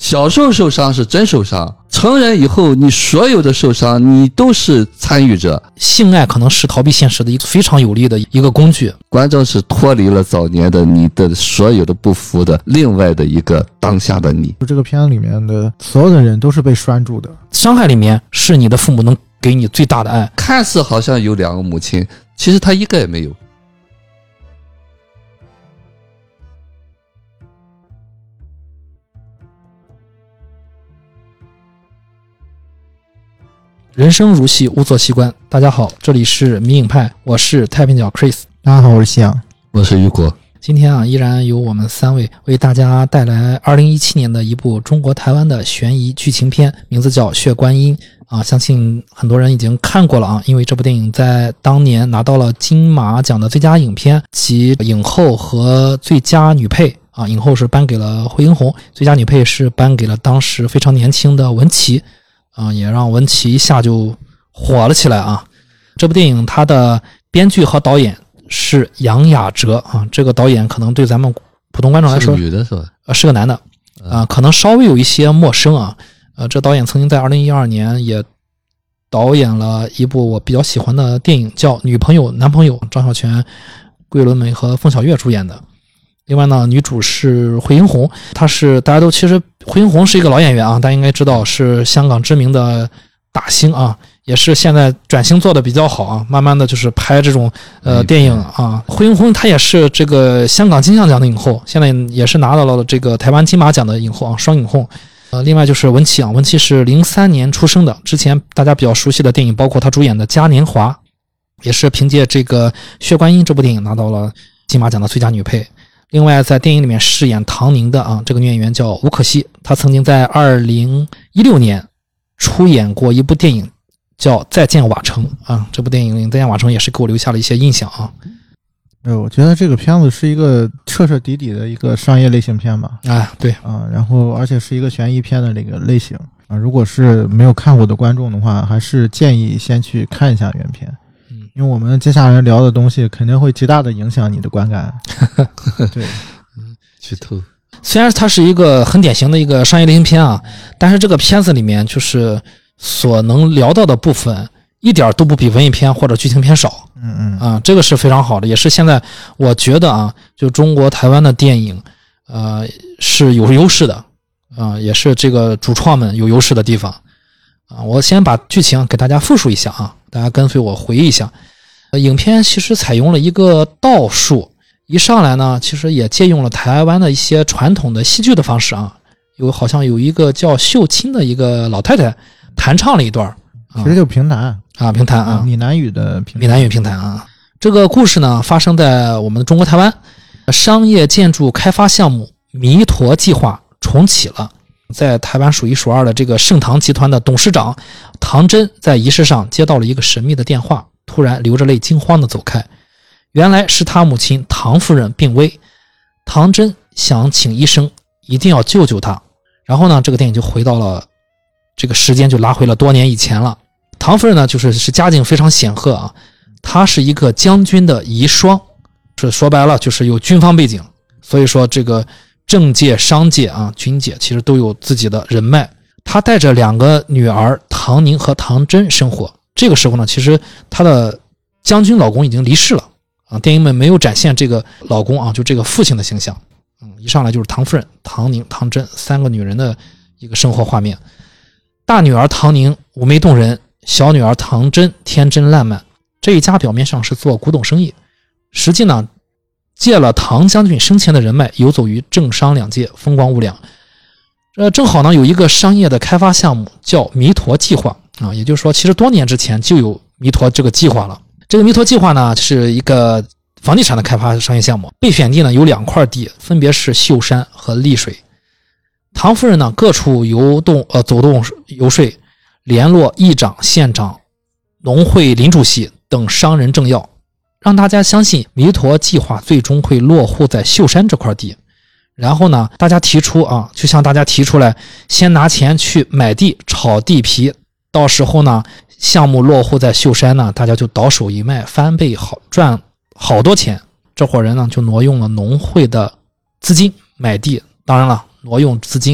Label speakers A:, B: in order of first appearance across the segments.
A: 小时候受伤是真受伤，成人以后你所有的受伤你都是参与者。
B: 性爱可能是逃避现实的一个非常有力的一个工具，
A: 关键是脱离了早年的你的所有的不服的另外的一个当下的你。
C: 这个片子里面的所有的人都是被拴住的，
B: 伤害里面是你的父母能给你最大的爱，
A: 看似好像有两个母亲，其实他一个也没有。
B: 人生如戏，勿做戏观。大家好，这里是迷影派，我是太平角 Chris。
C: 大家好，我是夕阳，
A: 我是雨果。
B: 今天依然由我们三位为大家带来2017年的一部中国台湾的悬疑剧情片，名字叫《血观音》相信很多人已经看过了因为这部电影在当年拿到了金马奖的最佳影片及影后和最佳女配影后是颁给了惠英红，最佳女配是颁给了当时非常年轻的文琪也让文琪一下就火了起来这部电影它的编剧和导演是杨雅哲这个导演可能对咱们普通观众来说
A: 是女的是吧？
B: 是个男的可能稍微有一些陌生这导演曾经在2012年也导演了一部我比较喜欢的电影叫《女朋友男朋友》，张小泉、桂纶镁和凤小岳主演的。另外呢，女主是惠英红，她是大家都其实惠英红是一个老演员大家应该知道是香港知名的大星也是现在转型做的比较好慢慢的就是拍这种电影惠英红她也是这个香港金像奖的影后，现在也是拿到了这个台湾金马奖的影后双影后。另外就是文琪文琪是03年出生的，之前大家比较熟悉的电影包括她主演的《嘉年华》，也是凭借这个《血观音》这部电影拿到了金马奖的最佳女配。另外在电影里面饰演唐宁的这个女演员叫吴可希，她曾经在2016年出演过一部电影叫《再见瓦城》这部电影《再见瓦城》也是给我留下了一些印象
C: 我觉得这个片子是一个彻彻底底的一个商业类型片吧
B: 对
C: 然后而且是一个悬疑片的这个类型如果是没有看过的观众的话，还是建议先去看一下原片因为我们接下来聊的东西肯定会极大的影响你的观感对
A: 剧透。
B: 虽然它是一个很典型的一个商业类型片但是这个片子里面就是所能聊到的部分一点都不比文艺片或者剧情片少这个是非常好的，也是现在我觉得就中国台湾的电影是有优势的也是这个主创们有优势的地方我先把剧情给大家复述一下大家跟随我回忆一下。影片其实采用了一个倒数，一上来呢其实也借用了台湾的一些传统的戏剧的方式好像有一个叫秀清的一个老太太弹唱了一段
C: 其实就评弹
B: 评弹
C: 闽南语的
B: 闽南语评弹这个故事呢发生在我们中国台湾，商业建筑开发项目弥陀计划重启了，在台湾数一数二的这个盛唐集团的董事长唐真在仪式上接到了一个神秘的电话，突然流着泪惊慌地走开，原来是他母亲唐夫人病危，唐真想请医生一定要救救她。然后呢这个电影就回到了这个时间，就拉回了多年以前了。唐夫人呢就是家境非常显赫她是一个将军的遗孀，是说白了就是有军方背景，所以说这个政界商界军界其实都有自己的人脉。她带着2个女儿唐宁和唐真生活，这个时候呢其实她的将军老公已经离世了电影们没有展现这个老公就这个父亲的形象一上来就是唐夫人、唐宁、唐真3个女人的一个生活画面。大女儿唐宁妩媚动人，小女儿唐真天真烂漫，这一家表面上是做古董生意，实际呢借了唐将军生前的人脉游走于政商两界，风光无两。正好呢有一个商业的开发项目叫弥陀计划也就是说其实多年之前就有弥陀这个计划了。这个弥陀计划呢是一个房地产的开发商业项目，被选地呢有2块地，分别是秀山和丽水。唐夫人呢各处走动游说，联络议长、县长、农会林主席等商人政要，让大家相信弥陀计划最终会落户在秀山这块地。然后呢大家提出就向大家提出来，先拿钱去买地炒地皮，到时候呢项目落户在秀山呢，大家就倒手一卖，翻倍赚好多钱。这伙人呢就挪用了农会的资金买地，当然了挪用资金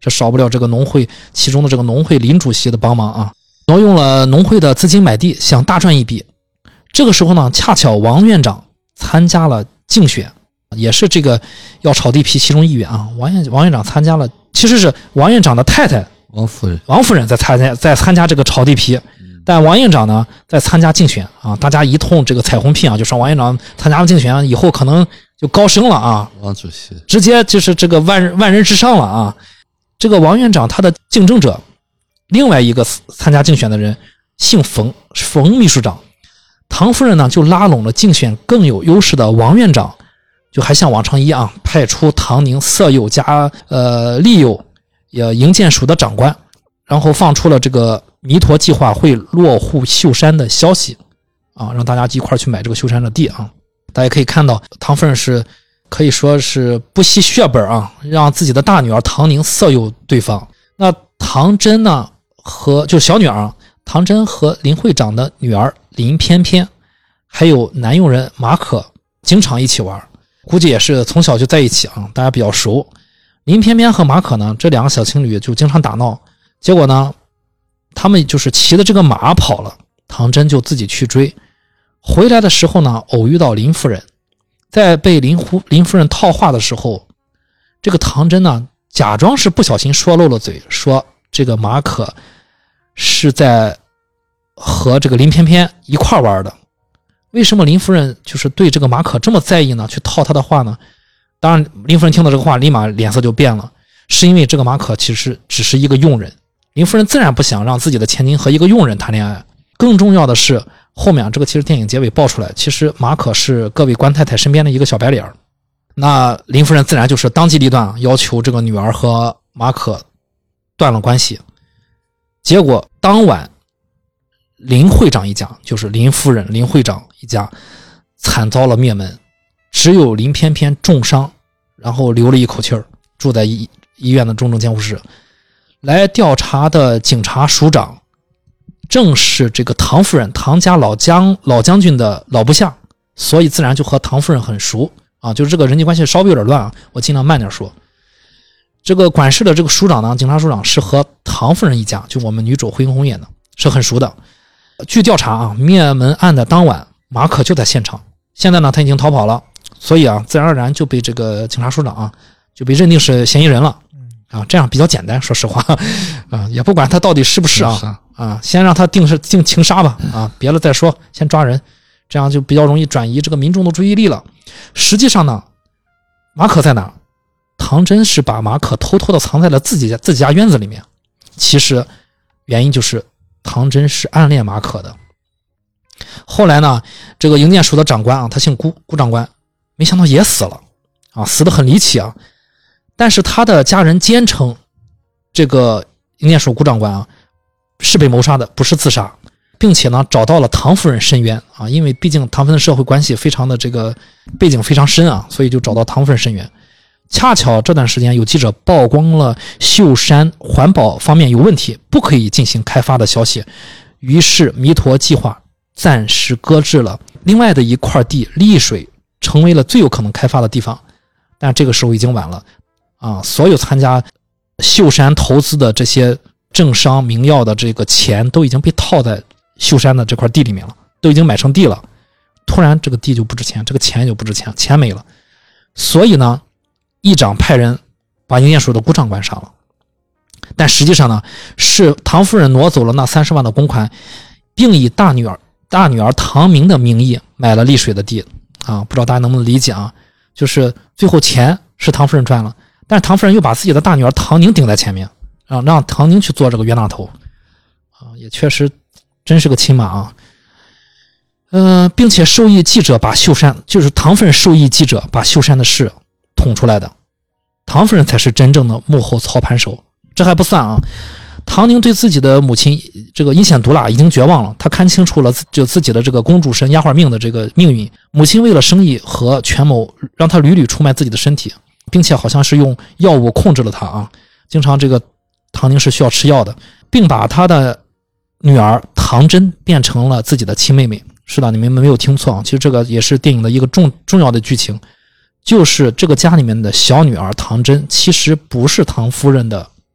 B: 这少不了这个农会其中的这个农会林主席的帮忙啊，挪用了农会的资金买地，想大赚一笔。这个时候呢，恰巧王院长参加了竞选，也是这个要炒地皮其中一员啊。王院长参加了，其实是王院长的太太王夫人在参加这个炒地皮，但王院长呢在参加竞选啊。大家一通这个彩虹屁啊，就说王院长参加了竞选以后可能就高升了啊，
A: 王主席
B: 直接就是这个万人之上了啊。这个王院长他的竞争者，另外一个参加竞选的人姓冯秘书长。唐夫人呢就拉拢了竞选更有优势的王院长，就还像往常一样派出唐宁色诱加利诱营建署的长官，然后放出了这个弥陀计划会落户秀山的消息啊，让大家一块去买这个秀山的地啊。大家可以看到唐夫人是可以说是不惜血本啊，让自己的大女儿唐宁色诱对方。那唐真呢就是小女儿啊，唐真和林会长的女儿林翩翩还有男佣人马可经常一起玩，估计也是从小就在一起啊，大家比较熟。林翩翩和马可呢这两个小情侣就经常打闹，结果呢他们就是骑的这个马跑了，唐真就自己去追，回来的时候呢偶遇到林夫人，在被林夫人套话的时候，这个唐真呢假装是不小心说漏了嘴，说这个马可是在和这个林翩翩一块玩的。为什么林夫人就是对这个马可这么在意呢？去套他的话呢？当然林夫人听到这个话立马脸色就变了，是因为这个马可其实只是一个佣人，林夫人自然不想让自己的千金和一个佣人谈恋爱。更重要的是后面这个其实电影结尾爆出来，其实马可是各位官太太身边的一个小白脸。那林夫人自然就是当机立断，要求这个女儿和马可断了关系。结果当晚林会长一家，就是林夫人林会长一家惨遭了灭门，只有林翩翩重伤，然后留了一口气儿，住在医院的重症监护室。来调查的警察署长正是这个唐夫人唐家老将军的老部下，所以自然就和唐夫人很熟啊，就是这个人际关系稍微有点乱啊，我尽量慢点说。这个管事的这个署长呢，警察署长是和唐夫人一家，就我们女主惠英红演的，是很熟的。据调查啊，灭门案的当晚马可就在现场，现在呢他已经逃跑了，所以啊自然而然就被这个警察署长啊就被认定是嫌疑人了啊，这样比较简单，说实话啊，也不管他到底是不是啊，先让他定情杀吧啊，别了再说，先抓人，这样就比较容易转移这个民众的注意力了。实际上呢，马可在哪？唐真是把马可偷偷的藏在了自己家院子里面，其实原因就是唐真是暗恋马可的。后来呢，这个营建署的长官啊，他姓辜长官，没想到也死了啊，死得很离奇啊。但是他的家人坚称，这个营建署辜长官啊是被谋杀的，不是自杀，并且呢找到了唐夫人申冤啊，因为毕竟唐夫人的社会关系非常的这个背景非常深啊，所以就找到唐夫人申冤。恰巧这段时间有记者曝光了秀山环保方面有问题，不可以进行开发的消息，于是弥陀计划暂时搁置了。另外的一块地丽水成为了最有可能开发的地方，但这个时候已经晚了啊！所有参加秀山投资的这些政商名药的这个钱都已经被套在秀山的这块地里面了，都已经买成地了。突然这个地就不值钱，这个钱就不值钱，钱没了。所以呢，议长派人把营建署的辜长官杀了。但实际上呢，是唐夫人挪走了那30万的公款，并以大女儿唐明的名义买了丽水的地啊，不知道大家能不能理解啊？就是最后钱是唐夫人赚了，但是唐夫人又把自己的大女儿唐宁顶在前面啊，让唐宁去做这个冤大头啊，也确实真是个亲妈啊。并且授意记者把秀山，就是唐夫人授意记者把秀山的事捅出来的，唐夫人才是真正的幕后操盘手。这还不算啊，唐宁对自己的母亲这个阴险毒辣已经绝望了，他看清楚了就自己的这个公主神丫鬟命的这个命运。母亲为了生意和权谋，让他屡屡出卖自己的身体，并且好像是用药物控制了他啊，经常这个唐宁是需要吃药的，并把他的女儿唐真变成了自己的亲妹妹。是的，你们没有听错啊，其实这个也是电影的一个重要的剧情，就是这个家里面的小女儿唐真其实不是唐夫人的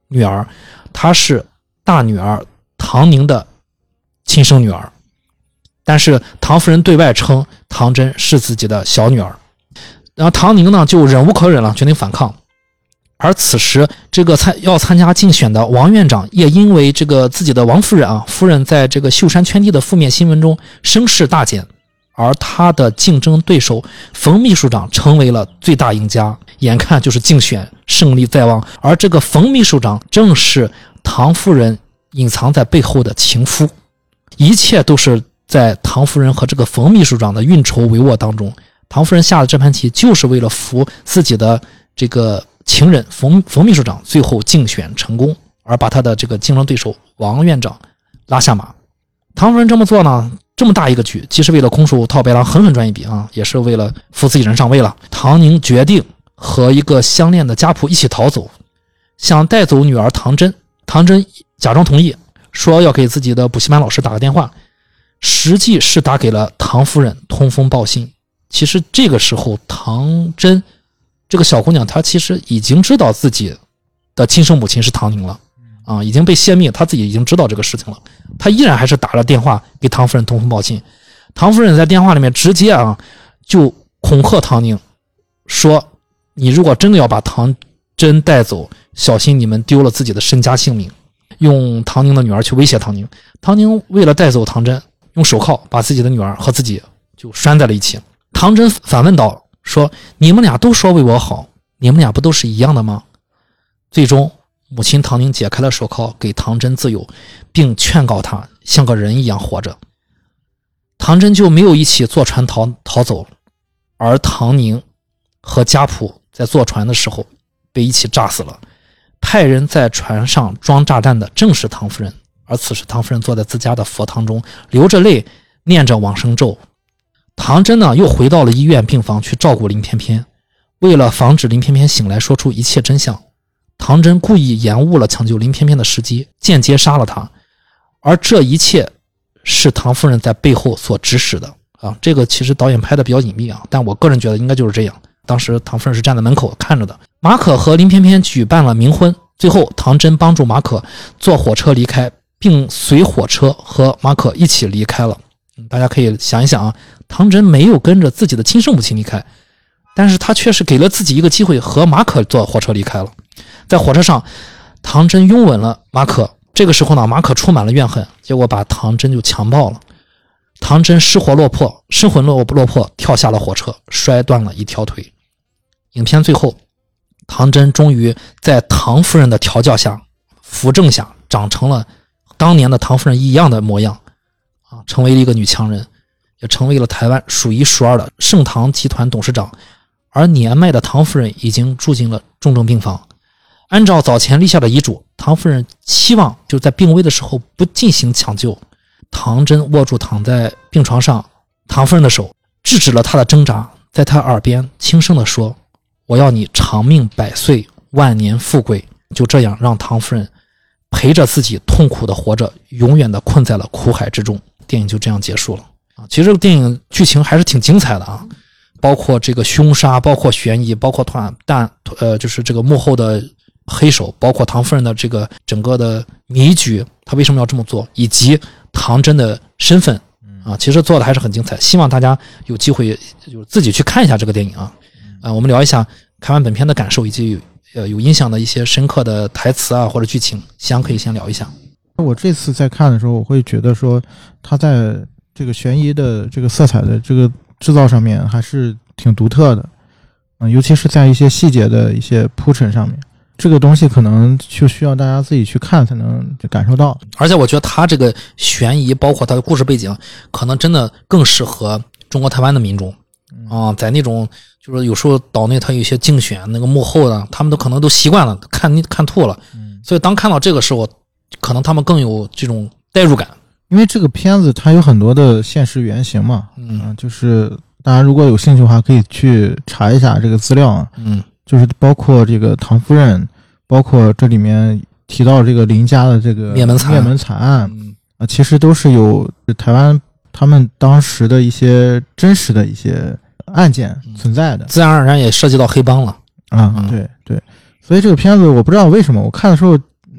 B: 女儿，她是大女儿唐宁的亲生女儿，但是唐夫人对外称唐真是自己的小女儿。然后唐宁呢就忍无可忍了，决定反抗。而此时这个要参加竞选的王院长也因为这个自己的王夫人在这个秀山圈地的负面新闻中声势大减，而他的竞争对手冯秘书长成为了最大赢家，眼看就是竞选胜利在望。而这个冯秘书长正是唐夫人隐藏在背后的情夫，一切都是在唐夫人和这个冯秘书长的运筹帷幄当中。唐夫人下的这盘棋就是为了扶自己的这个情人冯秘书长最后竞选成功，而把他的这个竞争对手王院长拉下马。唐夫人这么做呢，这么大一个局，既是为了空手套白狼狠狠赚一笔也是为了扶自己人上位了。唐宁决定和一个相恋的家仆一起逃走，想带走女儿唐真。唐真假装同意，说要给自己的补习班老师打个电话，实际是打给了唐夫人通风报信。其实这个时候唐真这个小姑娘她其实已经知道自己的亲生母亲是唐宁了已经被泄密，她自己已经知道这个事情了，她依然还是打了电话给唐夫人通风报信。唐夫人在电话里面直接就恐吓唐宁说，你如果真的要把唐真带走，小心你们丢了自己的身家性命，用唐宁的女儿去威胁唐宁。唐宁为了带走唐真，用手铐把自己的女儿和自己就拴在了一起。唐真反问道说，你们俩都说为我好，你们俩不都是一样的吗？最终母亲唐宁解开了手铐，给唐真自由，并劝告他像个人一样活着。唐真就没有一起坐船逃走，而唐宁和家仆在坐船的时候被一起炸死了。派人在船上装炸弹的正是唐夫人，而此时唐夫人坐在自家的佛堂中，流着泪念着往生咒。唐真呢又回到了医院病房去照顾林翩翩。为了防止林翩翩醒来说出一切真相，唐真故意延误了抢救林翩翩的时机，间接杀了他。而这一切是唐夫人在背后所指使的这个其实导演拍的比较隐秘但我个人觉得应该就是这样。当时唐夫人是站在门口看着的。马可和林翩翩举办了冥婚，最后唐真帮助马可坐火车离开，并随火车和马可一起离开了。大家可以想一想唐真没有跟着自己的亲生母亲离开，但是他却是给了自己一个机会和马可坐火车离开了。在火车上，唐真拥吻了马可，这个时候呢，马可充满了怨恨，结果把唐真就强暴了。唐真失魂落魄，跳下了火车，摔断了一条腿。影片最后，唐真终于在唐夫人的调教下、扶正下，长成了当年的唐夫人一样的模样成为了一个女强人，也成为了台湾数一数二的盛唐集团董事长。而年迈的唐夫人已经住进了重症病房。按照早前立下的遗嘱，唐夫人期望就在病危的时候不进行抢救。唐真握住躺在病床上唐夫人的手，制止了她的挣扎，在她耳边轻声地说，我要你长命百岁，万年富贵。就这样让唐夫人陪着自己痛苦的活着，永远的困在了苦海之中。电影就这样结束了其实这个电影剧情还是挺精彩的包括这个凶杀，包括悬疑，包括就是这个幕后的黑手，包括唐夫人的这个整个的谜局，他为什么要这么做，以及唐真的身份其实做的还是很精彩。希望大家有机会就自己去看一下这个电影我们聊一下看完本片的感受，以及有印象的一些深刻的台词或者剧情，想可以先聊一下。
C: 我这次在看的时候，我会觉得说他在这个悬疑的这个色彩的这个制造上面还是挺独特的尤其是在一些细节的一些铺陈上面，这个东西可能就需要大家自己去看才能感受到。
B: 而且我觉得他这个悬疑包括他的故事背景可能真的更适合中国台湾的民众在那种就是有时候岛内他有一些竞选那个幕后的，他们都可能都习惯了，看吐了所以当看到这个时候，可能他们更有这种代入感。
C: 因为这个片子它有很多的现实原型嘛就是大家如果有兴趣的话可以去查一下这个资料就是包括这个唐夫人，包括这里面提到这个林家的这个灭门惨案其实都是有台湾他们当时的一些真实的一些案件存在的，
B: 自然而然也涉及到黑帮了
C: 对对。所以这个片子我不知道为什么我看的时候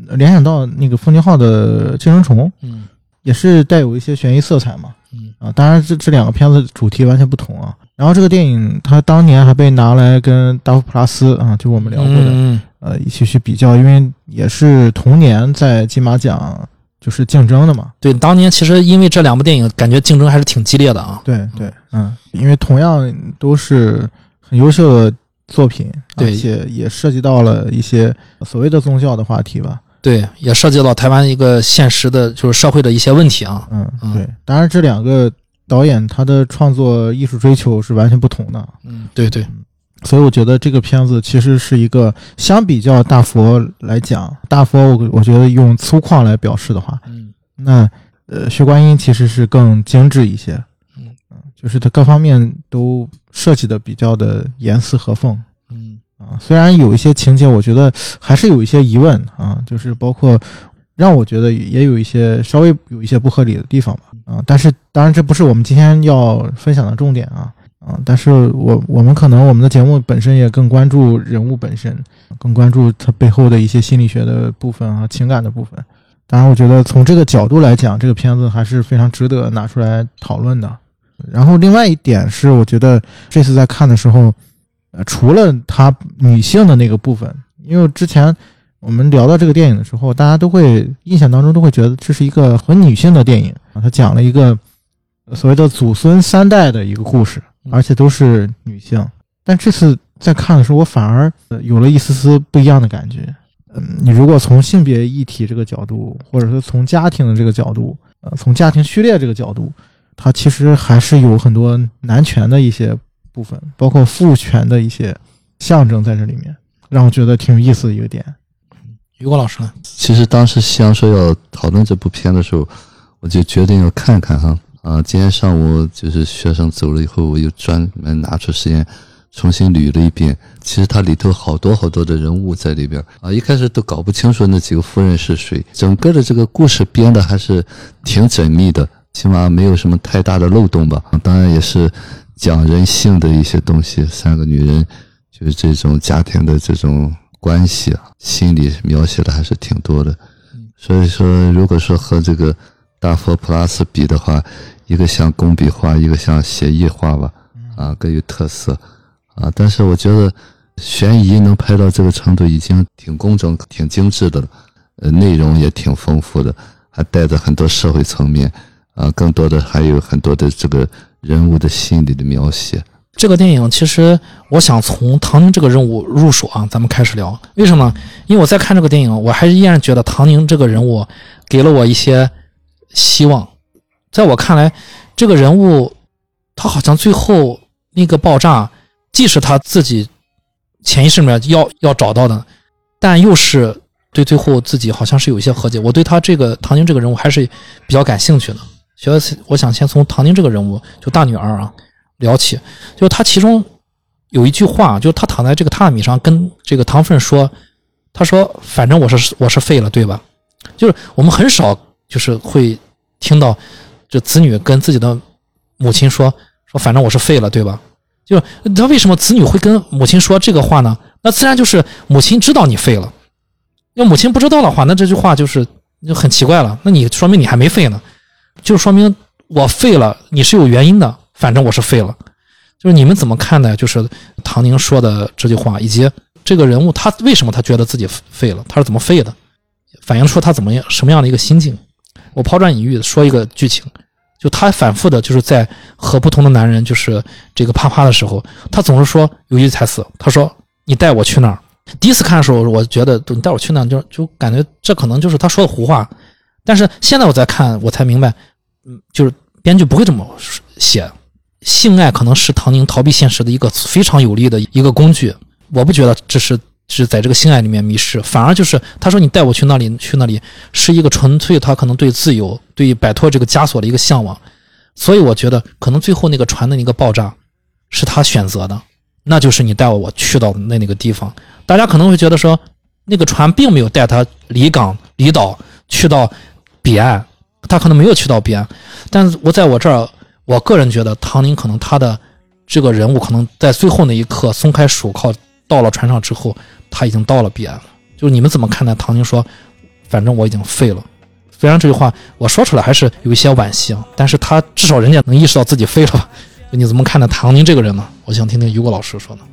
C: 联想到那个奉俊昊的《寄生虫》，也是带有一些悬疑色彩嘛，当然这两个片子主题完全不同啊。然后这个电影它当年还被拿来跟达芙普拉斯啊，就我们聊过的一起去比较，因为也是同年在金马奖就是竞争的嘛。
B: 对，当年其实因为这两部电影感觉竞争还是挺激烈的啊。
C: 对对，因为同样都是很优秀的作品，而且也涉及到了一些所谓的宗教的话题吧。
B: 对，也涉及到台湾一个现实的就是社会的一些问题啊。
C: 对，当然这两个导演他的创作艺术追求是完全不同的。
B: 对对。
C: 所以我觉得这个片子其实是一个相比较大佛来讲，大佛我觉得用粗犷来表示的话，那血观音其实是更精致一些。就是它各方面都设计的比较的严丝合缝。虽然有一些情节我觉得还是有一些疑问啊，就是包括让我觉得也有一些稍微有一些不合理的地方吧。但是当然这不是我们今天要分享的重点啊。但是我们可能我们的节目本身也更关注人物本身，更关注它背后的一些心理学的部分啊，情感的部分。当然我觉得从这个角度来讲，这个片子还是非常值得拿出来讨论的。然后另外一点是，我觉得这次在看的时候，除了它女性的那个部分，因为之前我们聊到这个电影的时候，大家都会印象当中都会觉得这是一个很女性的电影啊，它讲了一个所谓的祖孙三代的一个故事，而且都是女性。但这次在看的时候，我反而有了一丝丝不一样的感觉。你如果从性别议题这个角度，或者说从家庭的这个角度，从家庭序列这个角度，它其实还是有很多男权的一些部分，包括父权的一些象征在这里面，让我觉得挺有意思的一个点。
B: 于果老师呢？
A: 其实当时夕阳说要讨论这部片的时候，我就决定要看看哈。今天上午就是学生走了以后，我又专门拿出时间重新捋了一遍。其实它里头好多好多的人物在里边啊，一开始都搞不清楚那几个夫人是谁。整个的这个故事编的还是挺缜密的，起码没有什么太大的漏洞吧。当然也是讲人性的一些东西，三个女人就是这种家庭的这种关系啊，心理描写的还是挺多的。所以说如果说和这个大佛普拉斯比的话，一个像工笔画，一个像写意画吧，各有特色啊。但是我觉得悬疑能拍到这个程度已经挺工整挺精致的了，内容也挺丰富的，还带着很多社会层面啊，更多的还有很多的这个人物的心理的描写。
B: 这个电影其实我想从唐宁这个人物入手啊，咱们开始聊。为什么？因为我在看这个电影，我还是依然觉得唐宁这个人物给了我一些希望。在我看来，这个人物他好像最后那个爆炸既是他自己潜意识里面要找到的，但又是对最后自己好像是有一些和解。我对他这个唐宁这个人物还是比较感兴趣的。所以我想先从唐宁这个人物，就大女儿啊聊起。就他其中有一句话，就他躺在这个榻榻米上跟这个唐夫人说，他说反正我是废了，对吧？就是我们很少就是会听到这子女跟自己的母亲说反正我是废了，对吧？就他为什么子女会跟母亲说这个话呢？那自然就是母亲知道你废了。要母亲不知道的话，那这句话就很奇怪了。那你说明你还没废呢，就说明我废了，你是有原因的。反正我是废了。就是你们怎么看待就是唐宁说的这句话，以及这个人物他为什么他觉得自己废了，他是怎么废的，反映出他什么样的一个心境。我抛砖引玉说一个剧情，就他反复的就是在和不同的男人就是这个啪的时候，他总是说有一句台词，他说你带我去哪儿。第一次看的时候我觉得你带我去哪儿就感觉这可能就是他说的胡话，但是现在我再看我才明白，就是编剧不会这么写。性爱可能是唐宁逃避现实的一个非常有力的一个工具，我不觉得这是在这个性爱里面迷失，反而就是他说你带我去那里是一个纯粹他可能对自由对摆脱这个枷锁的一个向往。所以我觉得可能最后那个船的那个爆炸是他选择的，那就是你带我去到那个地方。大家可能会觉得说那个船并没有带他离岛去到彼岸，他可能没有去到彼岸，但是在我这儿我个人觉得唐宁可能他的这个人物可能在最后那一刻松开手铐到了船上之后，他已经到了彼岸了。就是你们怎么看待唐宁说反正我已经废了。虽然这句话我说出来还是有一些惋惜啊，但是他至少人家能意识到自己废了吧。你怎么看待唐宁这个人呢？我想听听于果老师说呢。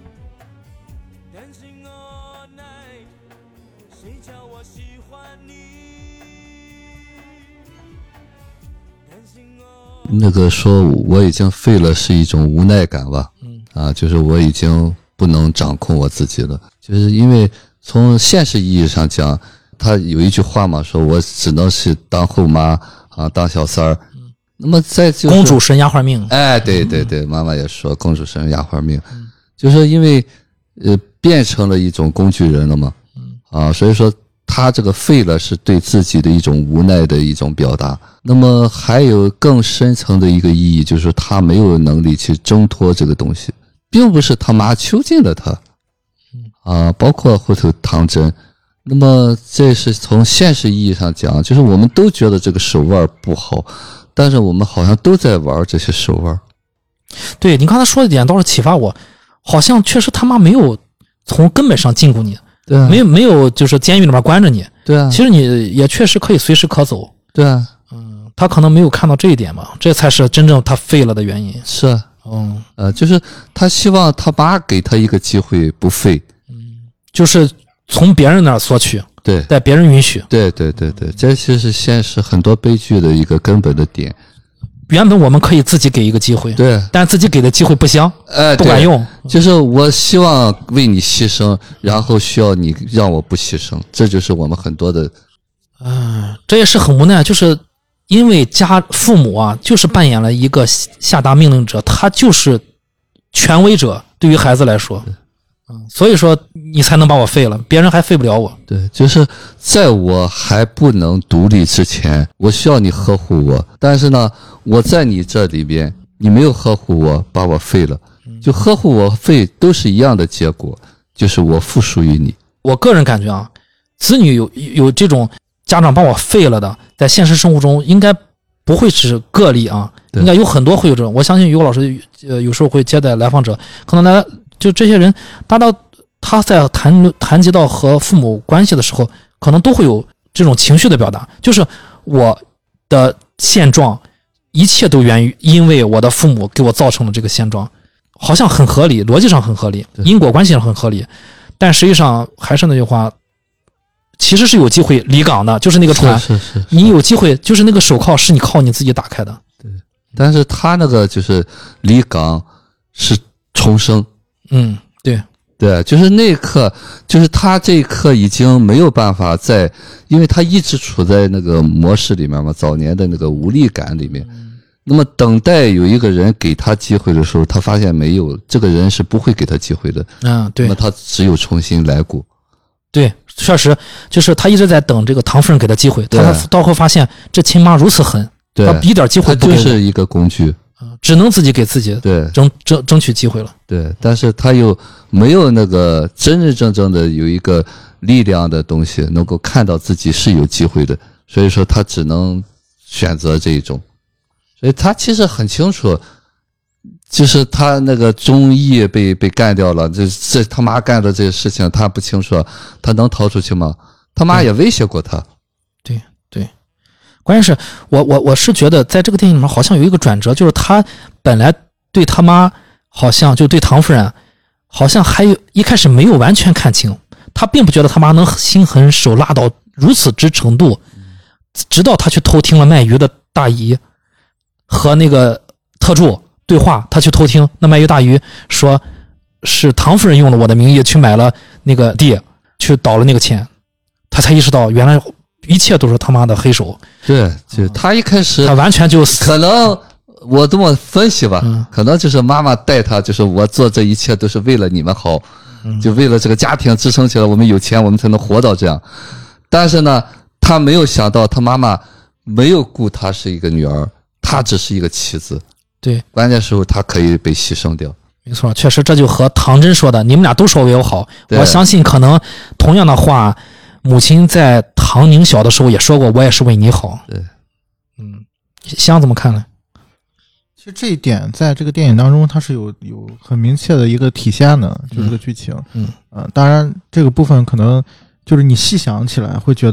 A: 那个说我已经废了是一种无奈感吧，就是我已经不能掌控我自己了，就是因为从现实意义上讲，他有一句话嘛，说我只能是当后妈啊，当小三儿。那么再就是
B: 公主生丫鬟命，
A: 哎，对对对，妈妈也说公主生丫鬟命，就是因为变成了一种工具人了嘛，所以说他这个废了是对自己的一种无奈的一种表达。那么还有更深层的一个意义，就是他没有能力去挣脱这个东西，并不是他妈囚禁了他，包括后头唐真。那么这是从现实意义上讲，就是我们都觉得这个手腕不好，但是我们好像都在玩这些手腕。
B: 对，你刚才说的点倒是启发我，好像确实他妈没有从根本上禁锢你，
A: 对啊，
B: 没有就是监狱里面关着你，
A: 对啊，
B: 其实你也确实可以随时可走，
A: 对啊，
B: 他可能没有看到这一点嘛，这才是真正他废了的原因。
A: 是啊，就是他希望他妈给他一个机会不废，
B: 就是从别人那儿索取，
A: 对，
B: 在别人允许，
A: 对对对对，这其实是现实很多悲剧的一个根本的点。
B: 原本我们可以自己给一个机会，
A: 对，
B: 但自己给的机会不香，不管用。
A: 就是我希望为你牺牲，然后需要你让我不牺牲，这就是我们很多的。
B: 这也是很无奈，就是因为父母啊，就是扮演了一个下达命令者，他就是权威者，对于孩子来说。所以说你才能把我废了，别人还废不了我。
A: 对，就是在我还不能独立之前，我需要你呵护我，但是呢，我在你这里边，你没有呵护我，把我废了，就呵护我废都是一样的结果，就是我附属于你。
B: 我个人感觉啊，子女有这种家长把我废了的，在现实生活中应该不会是个例啊，应该有很多会有这种。我相信于果老师有时候会接待来访者，可能就这些人，他在谈及到和父母关系的时候，可能都会有这种情绪的表达，就是我的现状，一切都因为我的父母给我造成了这个现状，好像很合理，逻辑上很合理，因果关系上很合理，但实际上还是那句话，其实是有机会离港的，就是那个船，
A: 是
B: 你有机会，就是那个手铐是你靠你自己打开的。
A: 对，但是他那个就是离港是重生。对，就是那一刻，就是他这一刻已经没有办法再，因为他一直处在那个模式里面嘛，早年的那个无力感里面。那么等待有一个人给他机会的时候，他发现没有，这个人是不会给他机会的。
B: 对。
A: 那么他只有重新来过。
B: 对，确实，就是他一直在等这个唐夫人给他机会，他到后发现这亲妈如此狠，他一点机会不给我，
A: 他就是一个工具。
B: 只能自己给自己
A: 对
B: 争取机会了。
A: 对，但是他又没有那个真正的有一个力量的东西能够看到自己是有机会的，所以说他只能选择这一种。所以他其实很清楚，就是他那个忠义被干掉了，这他妈干的这些事情他不清楚，他能逃出去吗？他妈也威胁过他。
B: 对，关键是我是觉得在这个电影里面好像有一个转折，就是他本来对他妈好像就对唐夫人好像还有一开始没有完全看清，他并不觉得他妈能心狠手辣到如此之程度，直到他去偷听了卖鱼的大姨和那个特助对话，他去偷听那卖鱼大姨说是唐夫人用了我的名义去买了那个地，去倒了那个钱，他才意识到原来一切都是他妈的黑手。
A: 对，就他一开始
B: 他完全就
A: 可能我这么分析吧，可能就是妈妈带他，就是我做这一切都是为了你们好，就为了这个家庭支撑起来，我们有钱我们才能活到这样。但是呢，他没有想到他妈妈没有顾他是一个女儿，他只是一个妻子。
B: 对，
A: 关键时候他可以被牺牲掉。
B: 没错，确实这就和唐真说的你们俩都说为我好，我相信可能同样的话母亲在唐宁小的时候也说过我也是为你好。
A: 对，
B: 香怎么看呢？
C: 其实这一点在这个电影当中它是有很明确的一个体现的，就是这个剧情。当然这个部分可能就是你细想起来会觉得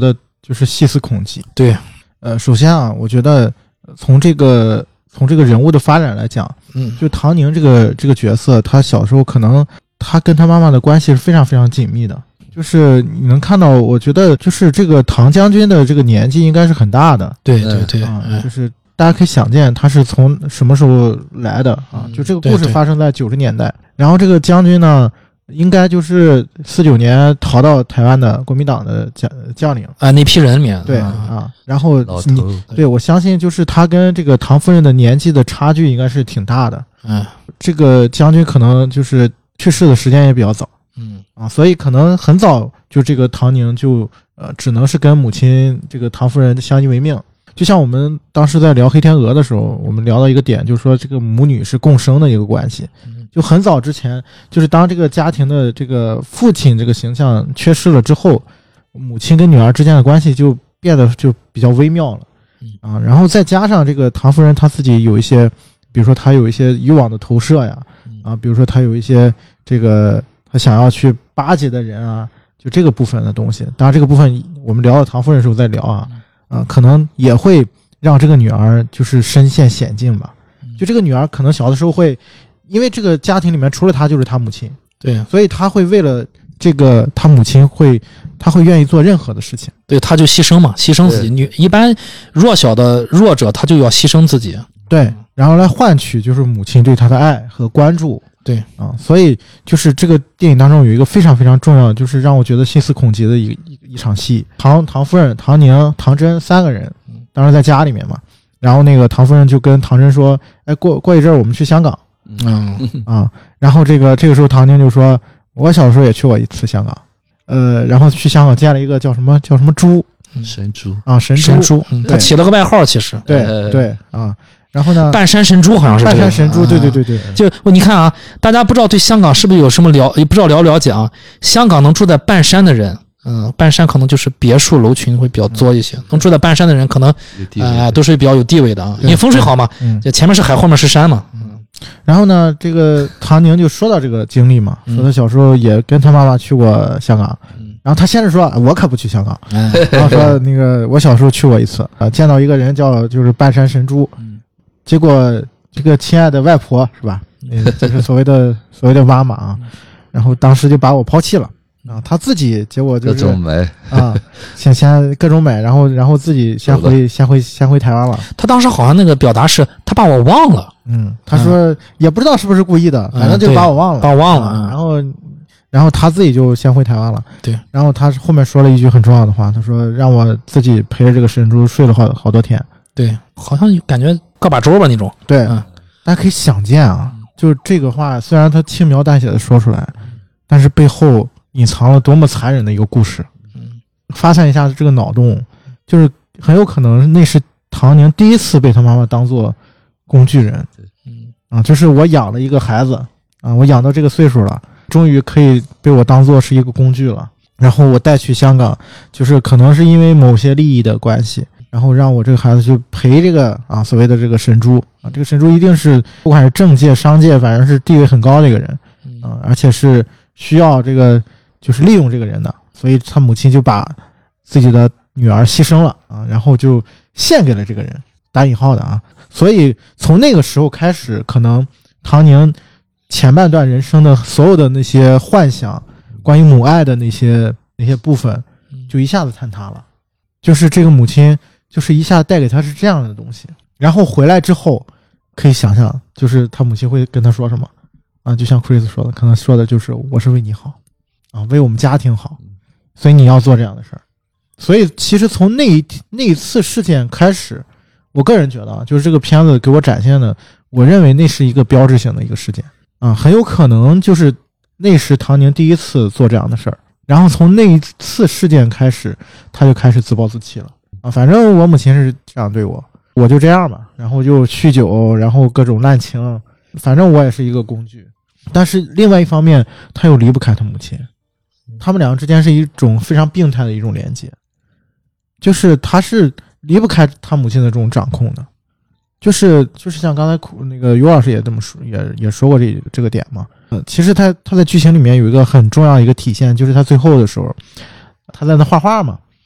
C: 就是细思恐极。
B: 对，
C: 首先啊，我觉得从这个人物的发展来讲，就唐宁这个角色，他小时候可能他跟他妈妈的关系是非常非常紧密的。就是你能看到，我觉得就是这个唐将军的这个年纪应该是很大的。
B: 对对对，
C: 就是大家可以想见他是从什么时候来的啊？就这个故事发生在90年代，然后这个将军呢，应该就是49年逃到台湾的国民党的将领
B: 啊，那批人里面。
C: 对啊，然后对，我相信就是他跟这个唐夫人的年纪的差距应该是挺大的。这个将军可能就是去世的时间也比较早。所以可能很早就这个唐宁就只能是跟母亲这个唐夫人相依为命。就像我们当时在聊黑天鹅的时候，我们聊到一个点，就是说这个母女是共生的一个关系。就很早之前，就是当这个家庭的这个父亲这个形象缺失了之后，母亲跟女儿之间的关系就变得就比较微妙了。然后再加上这个唐夫人她自己有一些，比如说她有一些以往的投射呀，比如说她有一些这个他想要去巴结的人啊，就这个部分的东西。当然这个部分我们聊到唐夫人的时候再聊可能也会让这个女儿就是身陷险境吧。就这个女儿可能小的时候会，因为这个家庭里面除了她就是她母亲，
B: 对，
C: 所以她会为了这个她母亲她会愿意做任何的事情。
B: 对，她就牺牲嘛，牺牲自己。一般弱小的弱者他就要牺牲自己，
C: 对，然后来换取就是母亲对她的爱和关注。
B: 对
C: 所以就是这个电影当中有一个非常非常重要的，就是让我觉得细思恐极的一场戏。唐夫人、唐宁、唐真3个人，当时在家里面嘛。然后那个唐夫人就跟唐真说：“哎，过一阵儿我们去香港。”然后这个时候唐宁就说：“我小时候也去过一次香港，然后去香港见了一个叫什么猪
A: 神猪
C: 啊，神猪，
B: 他起了个外号，其实
C: 对啊。”然后呢？
B: 半山神猪好像是
C: 半山神猪，对。
B: 就你看啊，大家不知道对香港是不是有什么也不知道了解啊？香港能住在半山的人，半山可能就是别墅楼群会比较多一些，能住在半山的人可能都是比较有地位的啊，因为风水好嘛，就前面是海，后面是山嘛。
C: 然后呢，这个唐宁就说到这个经历嘛，说他小时候也跟他妈妈去过香港。然后他先是说我可不去香港，然后说那个我小时候去过一次见到一个人就是半山神猪。结果这个亲爱的外婆是吧？就是所谓的妈妈啊，然后当时就把我抛弃了他自己结果就是
A: 各种买
C: 先各种买，然后自己先回台湾了。
B: 他当时好像那个表达是他把我忘了，
C: 他说也不知道是不是故意的，反正就把我忘了，然后他自己就先回台湾了。
B: 对，然
C: 后他后面说了一句很重要的话，他说让我自己陪着这个神猪睡了好多天。
B: 对，好像感觉个把粥吧那种。
C: 对，大家可以想见就是这个话虽然他轻描淡写的说出来，但是背后隐藏了多么残忍的一个故事。发散一下这个脑洞，就是很有可能那是唐宁第一次被他妈妈当做工具人。就是我养了一个孩子我养到这个岁数了，终于可以被我当做是一个工具了，然后我带去香港，就是可能是因为某些利益的关系，然后让我这个孩子去陪这个所谓的这个神猪这个神猪一定是不管是政界商界反正是地位很高的一个人而且是需要这个就是利用这个人的，所以他母亲就把自己的女儿牺牲了然后就献给了这个人，打引号的所以从那个时候开始，可能唐宁前半段人生的所有的那些幻想，关于母爱的那些部分就一下子坍塌了。就是这个母亲就是一下带给他是这样的东西，然后回来之后可以想象就是他母亲会跟他说什么就像 Chris 说的，可能说的就是我是为你好为我们家庭好，所以你要做这样的事儿。所以其实从那一次事件开始，我个人觉得就是这个片子给我展现的，我认为那是一个标志性的一个事件很有可能就是那是唐宁第一次做这样的事儿，然后从那一次事件开始他就开始自暴自弃了反正我母亲是这样对我就这样吧，然后就酗酒，然后各种滥情，反正我也是一个工具。但是另外一方面他又离不开他母亲，他们两个之间是一种非常病态的一种连接，就是他是离不开他母亲的这种掌控的，就是像刚才那个尤老师也这么说，也说过这个点嘛。其实他在剧情里面有一个很重要的一个体现，就是他最后的时候他在那画画嘛，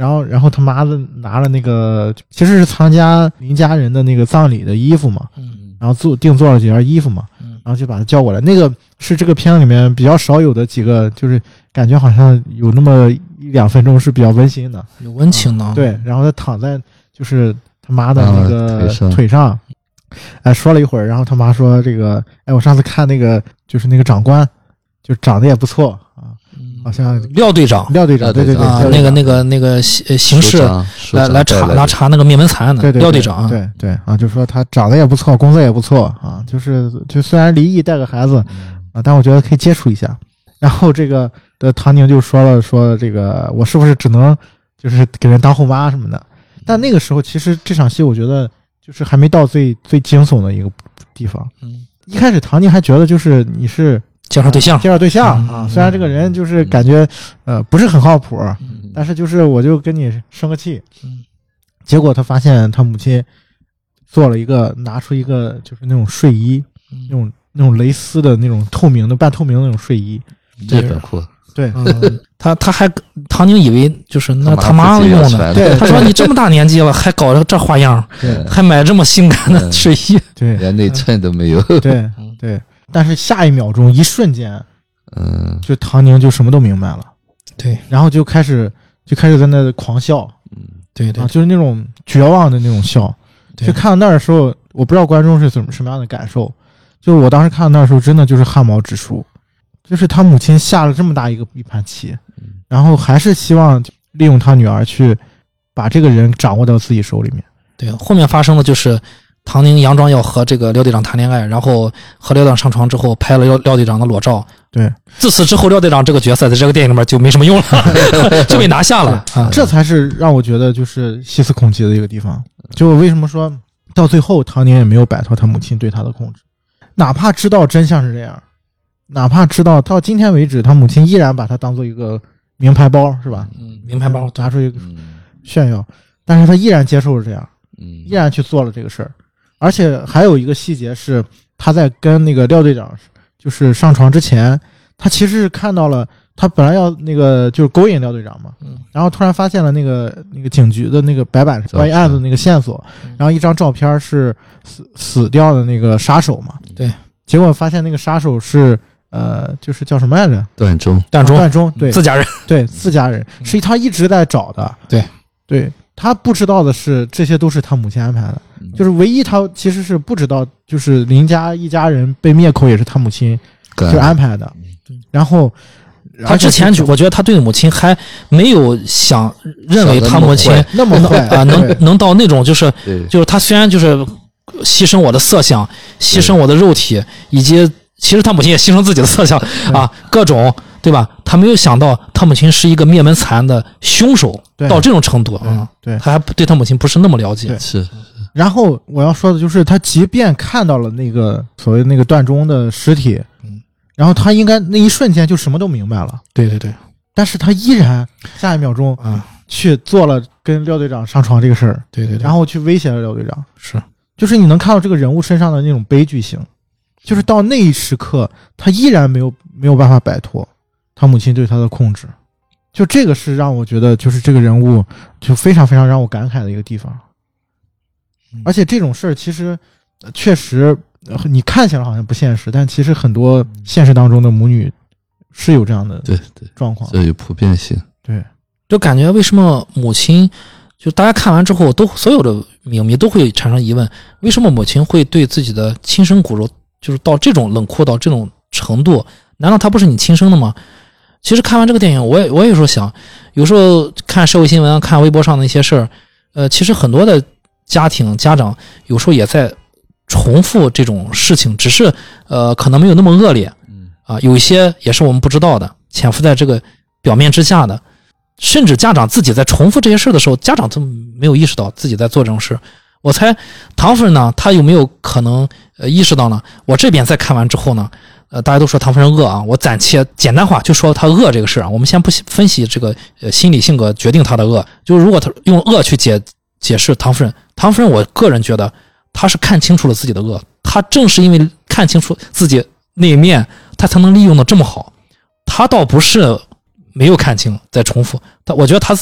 C: 然后他妈的拿了那个其实是邻家人的那个葬礼的衣服嘛，然后定做了几件衣服嘛，然后就把他叫过来。那个是这个片子里面比较少有的几个，就是感觉好像有那么1-2分钟是比较温馨的，
B: 有温情的。
C: 对，然后他躺在就是他妈的那个腿上，说了一会儿，然后他妈说这个，我上次看那个就是那个长官，就长得也不错啊，好像
B: 廖队长，
C: 对
B: 啊，那个刑事来查那个灭门惨案的廖队长，
C: 对啊，就说他长得也不错，工作也不错啊，就虽然离异带个孩子啊，但我觉得可以接触一下。然后这个的唐宁就说这个我是不是只能就是给人当后妈什么的？但那个时候其实这场戏我觉得就是还没到最惊悚的一个地方。一开始唐宁还觉得就是你是
B: 介绍对象
C: 啊，虽然这个人就是感觉不是很靠谱，但是就是我就跟你生个气。结果他发现他母亲拿出一个就是那种睡衣，那种蕾丝的那种半透明的那种睡衣。
A: 这本裤，
C: 对，
B: 唐宁以为就是那他妈用的，
C: 对，
B: 他说你这么大年纪了还搞这花样，还买这么性感的睡衣，
C: 对，
A: 连内衬都没有，
C: 对，但是下一秒钟一瞬间，就唐宁就什么都明白了，
B: 对，
C: 然后就开始在那狂笑，
B: 对，
C: 就是那种绝望的那种笑，就看到那儿的时候，我不知道观众是什么样的感受，就是我当时看到那儿的时候，真的就是汗毛直竖。就是他母亲下了这么大一盘棋，然后还是希望利用他女儿去把这个人掌握到自己手里面。
B: 对，后面发生的就是唐宁佯装要和这个廖队长谈恋爱，然后和廖队长上床之后拍了廖队长的裸照。
C: 对，
B: 自此之后廖队长这个角色在这个电影里面就没什么用了，就被拿下了啊。
C: 这才是让我觉得就是细思恐极的一个地方。就为什么说到最后唐宁也没有摆脱他母亲对他的控制，哪怕知道真相是这样。哪怕知道到今天为止，他母亲依然把他当做一个名牌包，是吧？
B: 名牌包
C: 拿出一个炫耀，但是他依然接受了这样，依然去做了这个事儿。而且还有一个细节是，他在跟那个廖队长就是上床之前，他其实是看到了，他本来要那个就是勾引廖队长嘛，然后突然发现了那个警局的那个白板关于案子那个线索，然后一张照片是死掉的那个杀手嘛，
B: 对，
C: 结果发现那个杀手是。就是叫什么来着？
A: 段中，
C: 对，
B: 自家人，
C: 对，自家人，是他一直在找的。对，他不知道的是，这些都是他母亲安排的。就是唯一他其实是不知道，就是林家一家人被灭口也是他母亲就安排的。然后
B: 他之前我觉得他对母亲还没有认为他母亲
C: 那么坏
B: 啊，能到那种就是他虽然就是牺牲我的色相，牺牲我的肉体，以及。其实他母亲也牺牲自己的色相啊，各种对吧？他没有想到他母亲是一个灭门惨案的凶手，到这种程度啊，
C: 对，
B: 他还对他母亲不是那么了解。
A: 是。
C: 然后我要说的就是，他即便看到了那个所谓那个段中的尸体，然后他应该那一瞬间就什么都明白了。
B: 对，
C: 但是他依然下一秒钟去做了跟廖队长上床这个事儿。
B: 对，
C: 然后去威胁了廖队长。
B: 是，
C: 就是你能看到这个人物身上的那种悲剧性。就是到那一时刻，他依然没有办法摆脱他母亲对他的控制，就这个是让我觉得就是这个人物就非常非常让我感慨的一个地方。而且这种事儿其实确实你看起来好像不现实，但其实很多现实当中的母女是有这样的状况，
A: 这有普遍性。
C: 对，
B: 就感觉为什么母亲就大家看完之后所有的影迷都会产生疑问，为什么母亲会对自己的亲生骨肉就是到这种冷酷到这种程度？难道他不是你亲生的吗？其实看完这个电影，我也有时候想，有时候看社会新闻，看微博上的一些事儿，其实很多的家长有时候也在重复这种事情，只是可能没有那么恶劣，有一些也是我们不知道的，潜伏在这个表面之下的，甚至家长自己在重复这些事的时候，家长都没有意识到自己在做这种事。我猜唐夫人呢，她有没有可能意识到呢？我这边再看完之后呢，大家都说唐夫人恶啊，我暂且简单化就说她恶这个事啊，我们先不分析这个心理性格决定她的恶，就是如果她用恶去解释唐夫人，我个人觉得她是看清楚了自己的恶，她正是因为看清楚自己那一面，她才能利用的这么好。她倒不是没有看清，在重复，我觉得她自己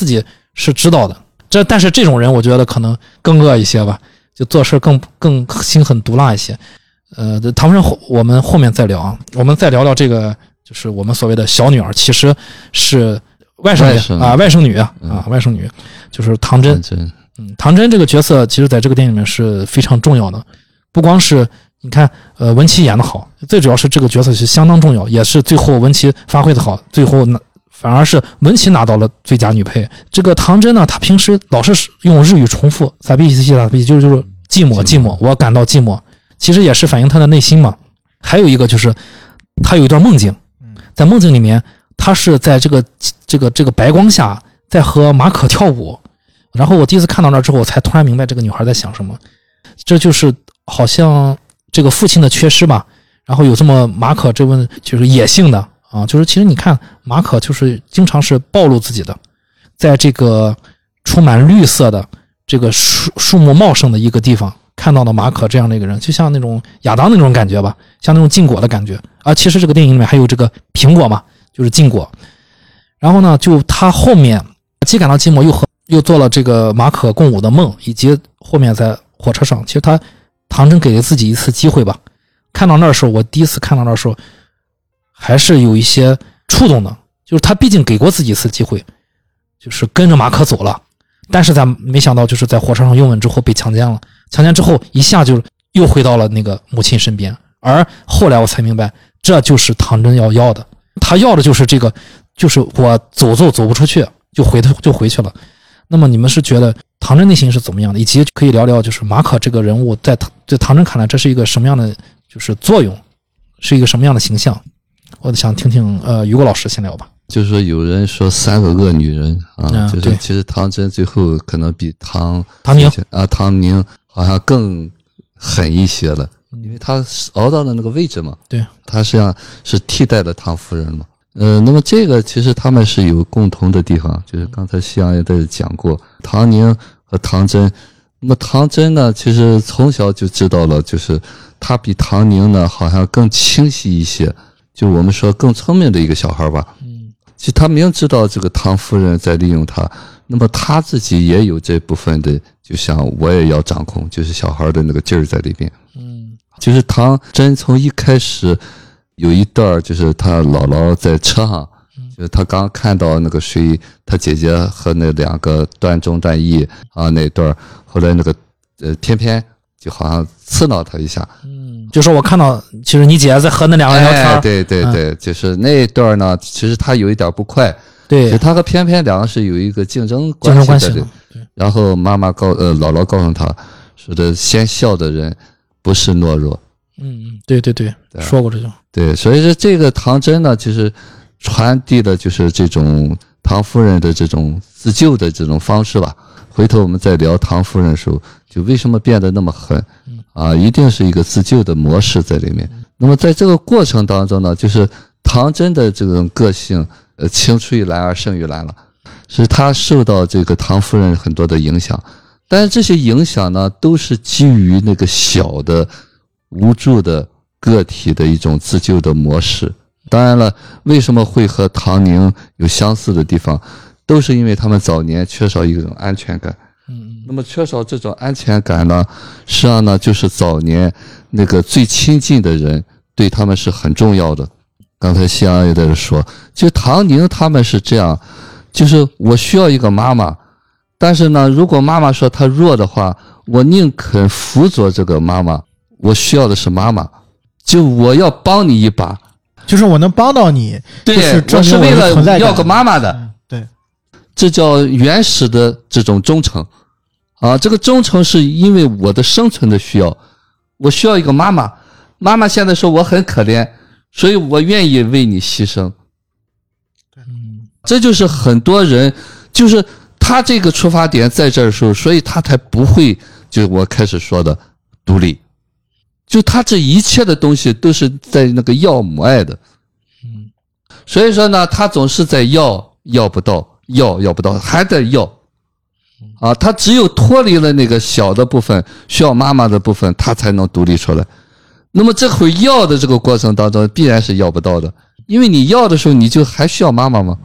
B: 是知道的。但是这种人我觉得可能更恶一些吧，就做事更心狠毒辣一些。唐夫人我们后面再聊啊，我们再聊聊这个，就是我们所谓的小女儿，其实是外甥女啊，外甥女就是唐真。唐真这个角色其实在这个电影里面是非常重要的，不光是你看文琪演得好，最主要是这个角色是相当重要，也是最后文琪发挥的好，最后反而是文琪拿到了最佳女配。这个唐真呢，她平时老是用日语重复撒逼就是寂寞，我感到寂寞，其实也是反映她的内心嘛。还有一个就是她有一段梦境，在梦境里面她是在这个白光下在和马可跳舞，然后我第一次看到那之后，我才突然明白这个女孩在想什么。这就是好像这个父亲的缺失吧，然后有这么马可这问就是野性的啊，就是其实你看马可就是经常是暴露自己的，在这个充满绿色的这个树木茂盛的一个地方看到的马可这样的一个人，就像那种亚当那种感觉吧，像那种禁果的感觉啊。其实这个电影里面还有这个苹果嘛，就是禁果。然后呢，就他后面既感到寂寞，又做了这个马可共舞的梦，以及后面在火车上，其实唐真给了自己一次机会吧。看到那儿时候，我第一次看到那儿时候还是有一些触动的，就是他毕竟给过自己一次机会，就是跟着马可走了，但是没想到就是在火车上拥吻之后被强奸了，强奸之后一下就又回到了那个母亲身边。而后来我才明白，这就是唐真要的，他要的就是这个，就是我走不出去，就回去了。那么你们是觉得唐真内心是怎么样的，以及可以聊聊就是马可这个人物在唐真看来这是一个什么样的就是作用，是一个什么样的形象？我想听听于果老师先聊吧。
A: 就是说有人说三个恶女人啊，就是其实唐真最后可能比唐宁好像更狠一些了，因为他熬到了那个位置嘛，
B: 对，
A: 他实际上是替代了唐夫人嘛。那么这个其实他们是有共同的地方，就是刚才西洋也在讲过，唐宁和唐真。那么唐真呢，其实从小就知道了，就是他比唐宁呢好像更清晰一些，就我们说更聪明的一个小孩吧。其实他明知道这个唐夫人在利用他，那么他自己也有这部分的，就像我也要掌控，就是小孩的那个劲儿在里边。就是唐真从一开始有一段，就是他姥姥在车上，就是他刚看到那个谁，他姐姐和那两个段忠段义啊那段，后来那个偏偏就好像刺挠他一下，
B: 就说我看到其实你姐在和那两个人聊天，
A: 对，就是那一段呢，其实他有一点不快，
B: 对，
A: 他和偏偏两个是有一个竞争关系的，然后姥姥告诉他说的，先笑的人不是懦弱。
B: 对，说过这种。
A: 对，所以说这个唐真呢，其实传递的就是这种唐夫人的这种自救的这种方式吧。回头我们再聊唐夫人的时候，就为什么变得那么狠啊，一定是一个自救的模式在里面。那么在这个过程当中呢，就是唐真的这种个性，青出于蓝而胜于蓝了，是他受到这个唐夫人很多的影响，但是这些影响呢，都是基于那个小的无助的个体的一种自救的模式。当然了，为什么会和唐宁有相似的地方，都是因为他们早年缺少一种安全感。那么缺少这种安全感呢，实际上呢，就是早年那个最亲近的人对他们是很重要的。刚才西洋也在这说，就唐宁他们是这样，就是我需要一个妈妈，但是呢，如果妈妈说她弱的话，我宁肯辅佐这个妈妈，我需要的是妈妈，就我要帮你一把，
C: 就是我能帮到你，
A: 对，
C: 我是
A: 为了要个妈妈的，
C: 对，
A: 这叫原始的这种忠诚啊！这个忠诚是因为我的生存的需要，我需要一个妈妈，妈妈现在说我很可怜，所以我愿意为你牺牲。这就是很多人，就是他这个出发点在这儿的时候，所以他才不会就我开始说的独立。就他这一切的东西都是在那个要母爱的，所以说呢，他总是在要不到，要不到，还在要，啊，他只有脱离了那个小的部分，需要妈妈的部分，他才能独立出来。那么这会要的这个过程当中，必然是要不到的，因为你要的时候，你就还需要妈妈吗？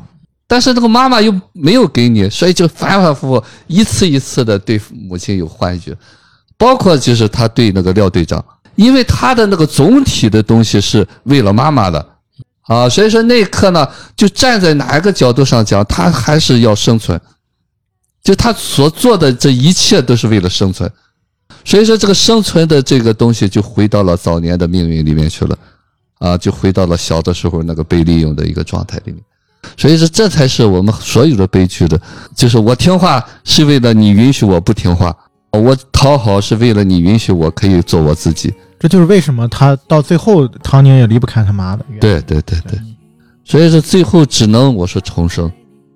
A: 但是那个妈妈又没有给你，所以就反反复复一次一次的对母亲有幻觉，包括就是他对那个廖队长，因为他的那个总体的东西是为了妈妈的啊，所以说那一刻呢，就站在哪一个角度上讲，他还是要生存，就他所做的这一切都是为了生存，所以说这个生存的这个东西就回到了早年的命运里面去了啊，就回到了小的时候那个被利用的一个状态里面。所以说这才是我们所有的悲剧的，就是我听话是为了你允许我不听话，我讨好是为了你允许我可以做我自己。
C: 这就是为什么他到最后唐宁也离不开他妈的原因。
A: 对，所以说最后只能我说重生。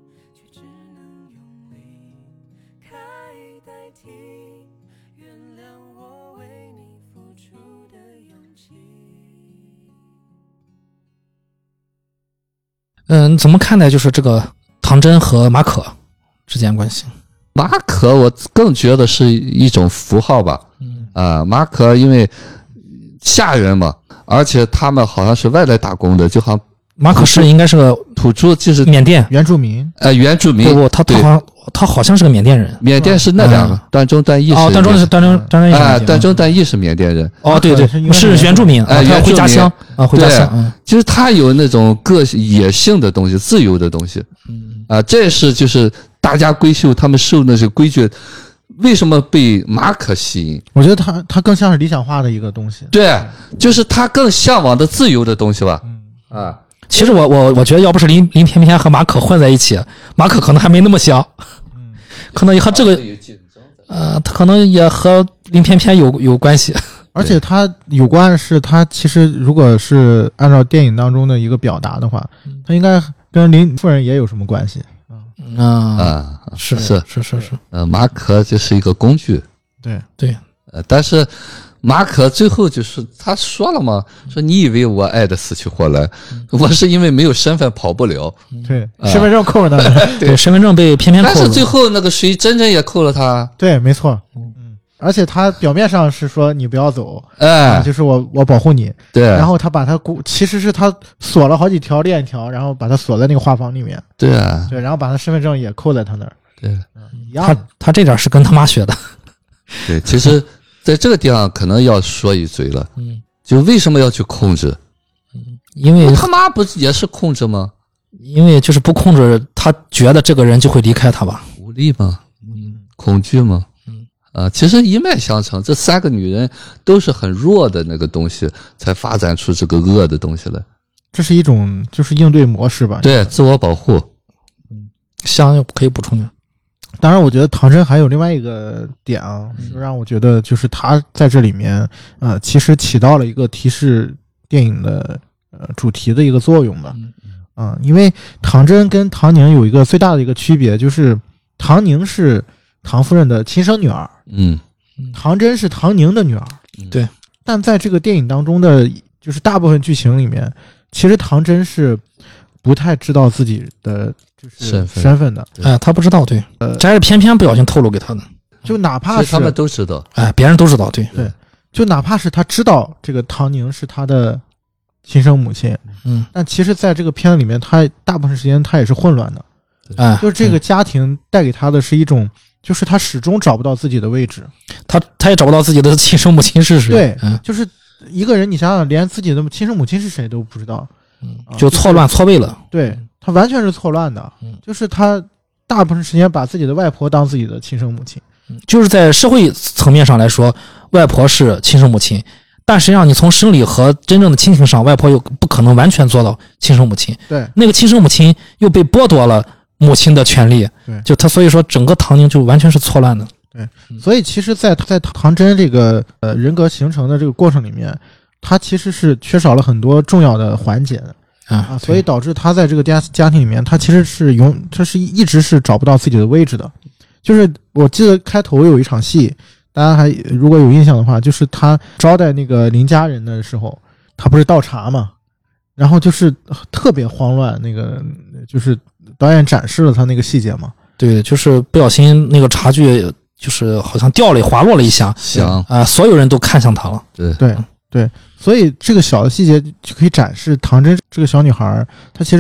B: 怎么看待就是这个唐真和马可之间关系？
A: 马可我更觉得是一种符号吧，马可因为下人嘛，而且他们好像是外来打工的，就好像
B: 马可是应该是个
A: 土著，就是
B: 缅甸
C: 原住民，
A: 原住民。
B: 不，他好像是个缅甸人。
A: 缅甸是那两个，段中段义是。
B: 段中
A: 段义是缅甸人。
B: 对，是原住民。他回家乡啊，回家乡。
A: 就是他有那种野性的东西，自由的东西。这是就是大家闺秀他们受那些规矩，为什么被马可吸引？
C: 我觉得他更像是理想化的一个东西。
A: 对，就是他更向往的自由的东西吧。
B: 其实我觉得要不是林翩翩和马可混在一起，马可可能还没那么香。可能也和这个他可能也和林翩翩有关系。
C: 而且他有关是他其实如果是按照电影当中的一个表达的话，他应该跟林夫人也有什么关系？
B: 是。
A: 马可就是一个工具。
C: 对。
A: 但是马可最后就是他说了嘛，说你以为我爱的死去活来，我是因为没有身份跑不了。
C: 对，身份证扣了他。
B: 对，身份证被偏扣了。
A: 但是最后那个谁真正也扣了他。
C: 对，没错。而且他表面上是说你不要走，就是我保护你。对。然后他把他其实是他锁了好几条链条，然后把他锁在那个画房里面。
A: 对，
C: 然后把他身份证也扣在他那儿。
A: 对，
C: 一样。
B: 他这点是跟他妈学的。
A: 对，其实在这个地方可能要说一嘴了。就为什么要去控制？
B: 因为
A: 他妈不也是控制吗？
B: 因为就是不控制，他觉得这个人就会离开他吧。
A: 无力吗？恐惧吗？其实一脉相承，这三个女人都是很弱的那个东西，才发展出这个恶的东西来。
C: 这是一种就是应对模式吧？
A: 对，自我保护。
B: 香可以补充的。
C: 当然，我觉得唐真还有另外一个点是让我觉得就是他在这里面其实起到了一个提示电影的主题的一个作用的。因为唐真跟唐宁有一个最大的一个区别，就是唐宁是唐夫人的亲生女儿。唐真是唐宁的女儿。
B: 对。
C: 但在这个电影当中的就是大部分剧情里面，其实唐真是不太知道自己的就是身份的。
B: 他不知道。对。这是偏不小心透露给他的。
C: 就哪怕是
A: 他们都知道。
B: 别人都知道。对。
C: 就哪怕是他知道这个唐宁是他的亲生母亲，但其实在这个片子里面，他大部分时间他也是混乱的。就是这个家庭带给他的是一种，就是他始终找不到自己的位置，
B: 他也找不到自己的亲生母亲是谁。
C: 对，就是一个人，你想想，连自己的亲生母亲是谁都不知道，
B: 就错乱错位了。
C: 对，他完全是错乱的。就是他大部分时间把自己的外婆当自己的亲生母亲。
B: 就是在社会层面上来说，外婆是亲生母亲，但实际上你从生理和真正的亲情上，外婆又不可能完全做到亲生母亲。
C: 对，
B: 那个亲生母亲又被剥夺了母亲的权利。
C: 对，
B: 就他所以说整个唐宁就完全是错乱的。
C: 对，所以其实在唐真这个人格形成的这个过程里面，他其实是缺少了很多重要的环节的所以导致他在这个家庭里面，他其实是一直是找不到自己的位置的。就是我记得开头有一场戏，大家还如果有印象的话，就是他招待那个林家人的时候，他不是倒茶嘛，然后就是特别慌乱，那个就是导演展示了他那个细节嘛。
B: 对，就是不小心那个茶具就是好像掉了滑落了一下，所有人都看向他了。
C: 对，所以这个小的细节就可以展示唐真这个小女孩，她其实在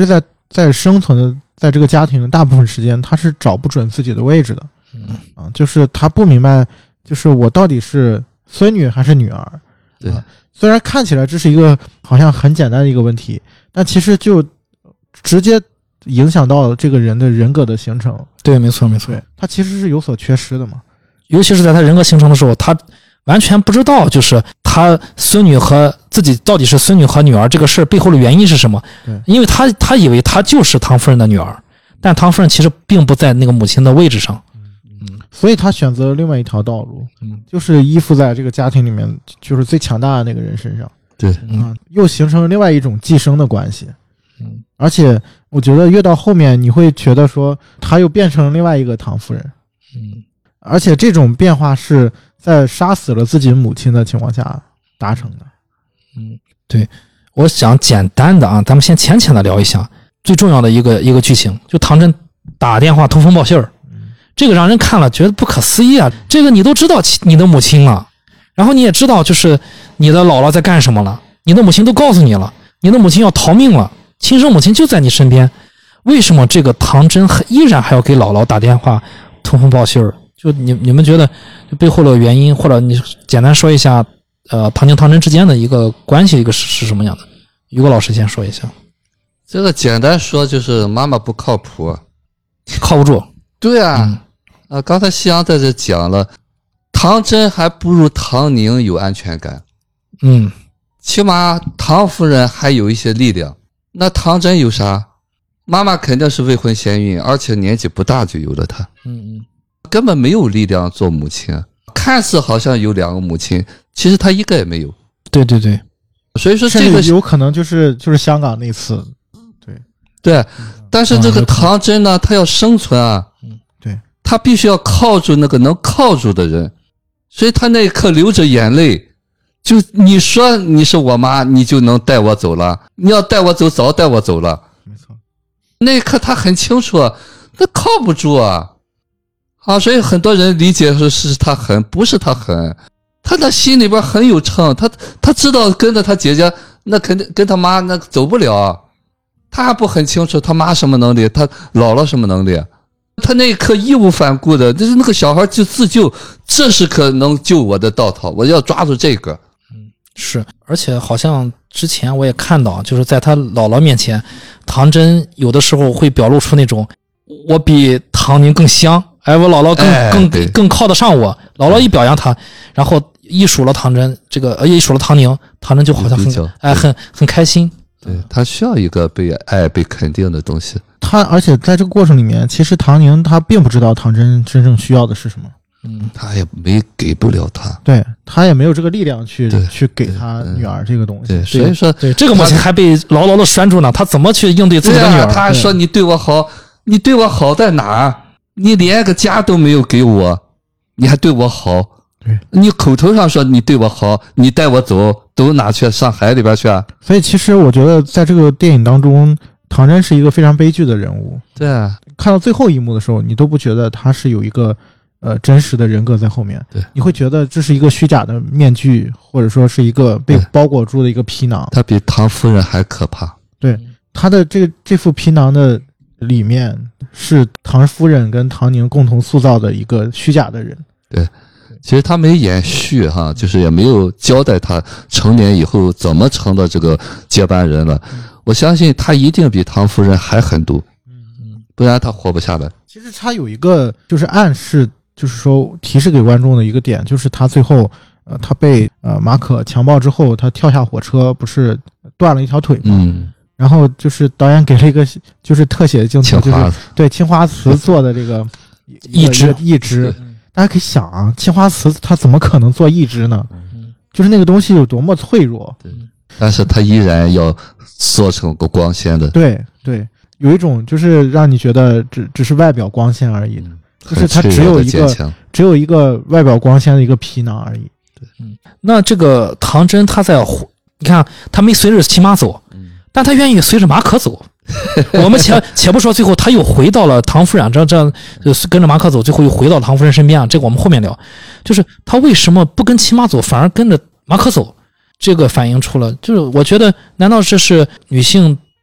C: 在生存的在这个家庭的大部分时间，他是找不准自己的位置的。就是他不明白，就是我到底是孙女还是女儿。
A: 对，
C: 虽然看起来这是一个好像很简单的一个问题，但其实就直接影响到这个人的人格的形成。
B: 对，没错没错，
C: 他其实是有所缺失的嘛。
B: 尤其是在他人格形成的时候，他完全不知道，就是他孙女和自己到底是孙女和女儿这个事背后的原因是什么。因为他以为他就是唐夫人的女儿，但唐夫人其实并不在那个母亲的位置上。
C: 所以他选择了另外一条道路，就是依附在这个家庭里面就是最强大的那个人身上。
A: 对，
C: 又形成了另外一种寄生的关系。而且我觉得越到后面，你会觉得说他又变成了另外一个唐夫人。而且这种变化是在杀死了自己母亲的情况下达成的。
B: 对，我想简单的咱们先浅浅的聊一下最重要的一个剧情，就唐真打电话通风报信儿。这个让人看了觉得不可思议啊！这个你都知道你的母亲了，然后你也知道就是你的姥姥在干什么了，你的母亲都告诉你了，你的母亲要逃命了，亲生母亲就在你身边，为什么这个唐真依然还要给姥姥打电话通风报信儿？就你们觉得背后的原因，或者你简单说一下唐宁唐真之间的一个关系，一个是什么样的？于果老师先说一下。
A: 这个简单说就是妈妈不靠谱，
B: 靠不住。
A: 对啊。刚才西洋在这讲了，唐真还不如唐宁有安全感。起码唐夫人还有一些力量，那唐真有啥？妈妈肯定是未婚先孕，而且年纪不大就有了她。根本没有力量做母亲，看似好像有两个母亲，其实她一个也没有。
B: 对对对，
A: 所以说这个
C: 有可能就是香港那次。
A: 对，但是这个唐真呢，她要生存啊。他必须要靠住那个能靠住的人，所以他那一刻流着眼泪，就你说你是我妈，你就能带我走了，你要带我走早带我走了。
C: 没错，
A: 那一刻他很清楚，那靠不住啊，所以很多人理解说是他狠，不是他狠，他的心里边很有秤，他知道跟着他姐姐那肯定跟他妈那走不了，他还不很清楚他妈什么能力，他姥姥什么能力。他那一刻义无反顾的，就是那个小孩就自救，这是可能救我的稻草，我要抓住这个。
B: 是，而且好像之前我也看到，就是在他姥姥面前，唐真有的时候会表露出那种我比唐宁更香，我姥姥更靠得上我。姥姥一表扬他，然后一数了唐真，一数了唐宁，唐真就好像很开心。
A: 对，他需要一个被爱被肯定的东西。
C: 而且在这个过程里面，其实唐宁他并不知道唐真真正需要的是什么。
A: 他也没给不了他，
C: 对，他也没有这个力量去给他女儿这个东西。
A: 对，所以说
B: 对这个母亲还被牢牢的拴住呢，他怎么去应对自己的女儿？
A: 他还说你对我好，你对我好在哪儿？你连个家都没有给我，你还对我好？
C: 对，
A: 你口头上说你对我好，你带我走都哪去？上海里边去啊？
C: 所以其实我觉得在这个电影当中，唐真是一个非常悲剧的人物。
A: 对啊，
C: 看到最后一幕的时候，你都不觉得他是有一个真实的人格在后面。
A: 对，
C: 你会觉得这是一个虚假的面具，或者说是一个被包裹住的一个皮囊。
A: 他比唐夫人还可怕。
C: 对，他的这副皮囊的里面是唐夫人跟唐宁共同塑造的一个虚假的人。
A: 对，其实他没延续哈，就是也没有交代他成年以后怎么成了这个接班人了。我相信他一定比唐夫人还狠毒，不然他活不下来。
C: 其实他有一个就是暗示，就是说提示给观众的一个点，就是他最后他被马可强暴之后，他跳下火车不是断了一条腿吗？然后就是导演给了一个就是特写的镜头，就是对青花瓷做的这个义肢。大家可以想啊，青花瓷它怎么可能做义肢呢？就是那个东西有多么脆弱。
A: 对，但是它依然要做成个光鲜的。
C: 对对，有一种就是让你觉得只是外表光鲜而已的，就是它只有一个外表光鲜的一个皮囊而已。
A: 对，
B: 那这个唐真他你看他没随着骑马走，但他愿意随着马可走。我们且不说最后他又回到了唐夫人，这跟着马可走，最后又回到了唐夫人身边啊。这个我们后面聊。就是他为什么不跟骑马走，反而跟着马可走？这个反映出了，就是我觉得，难道这是女性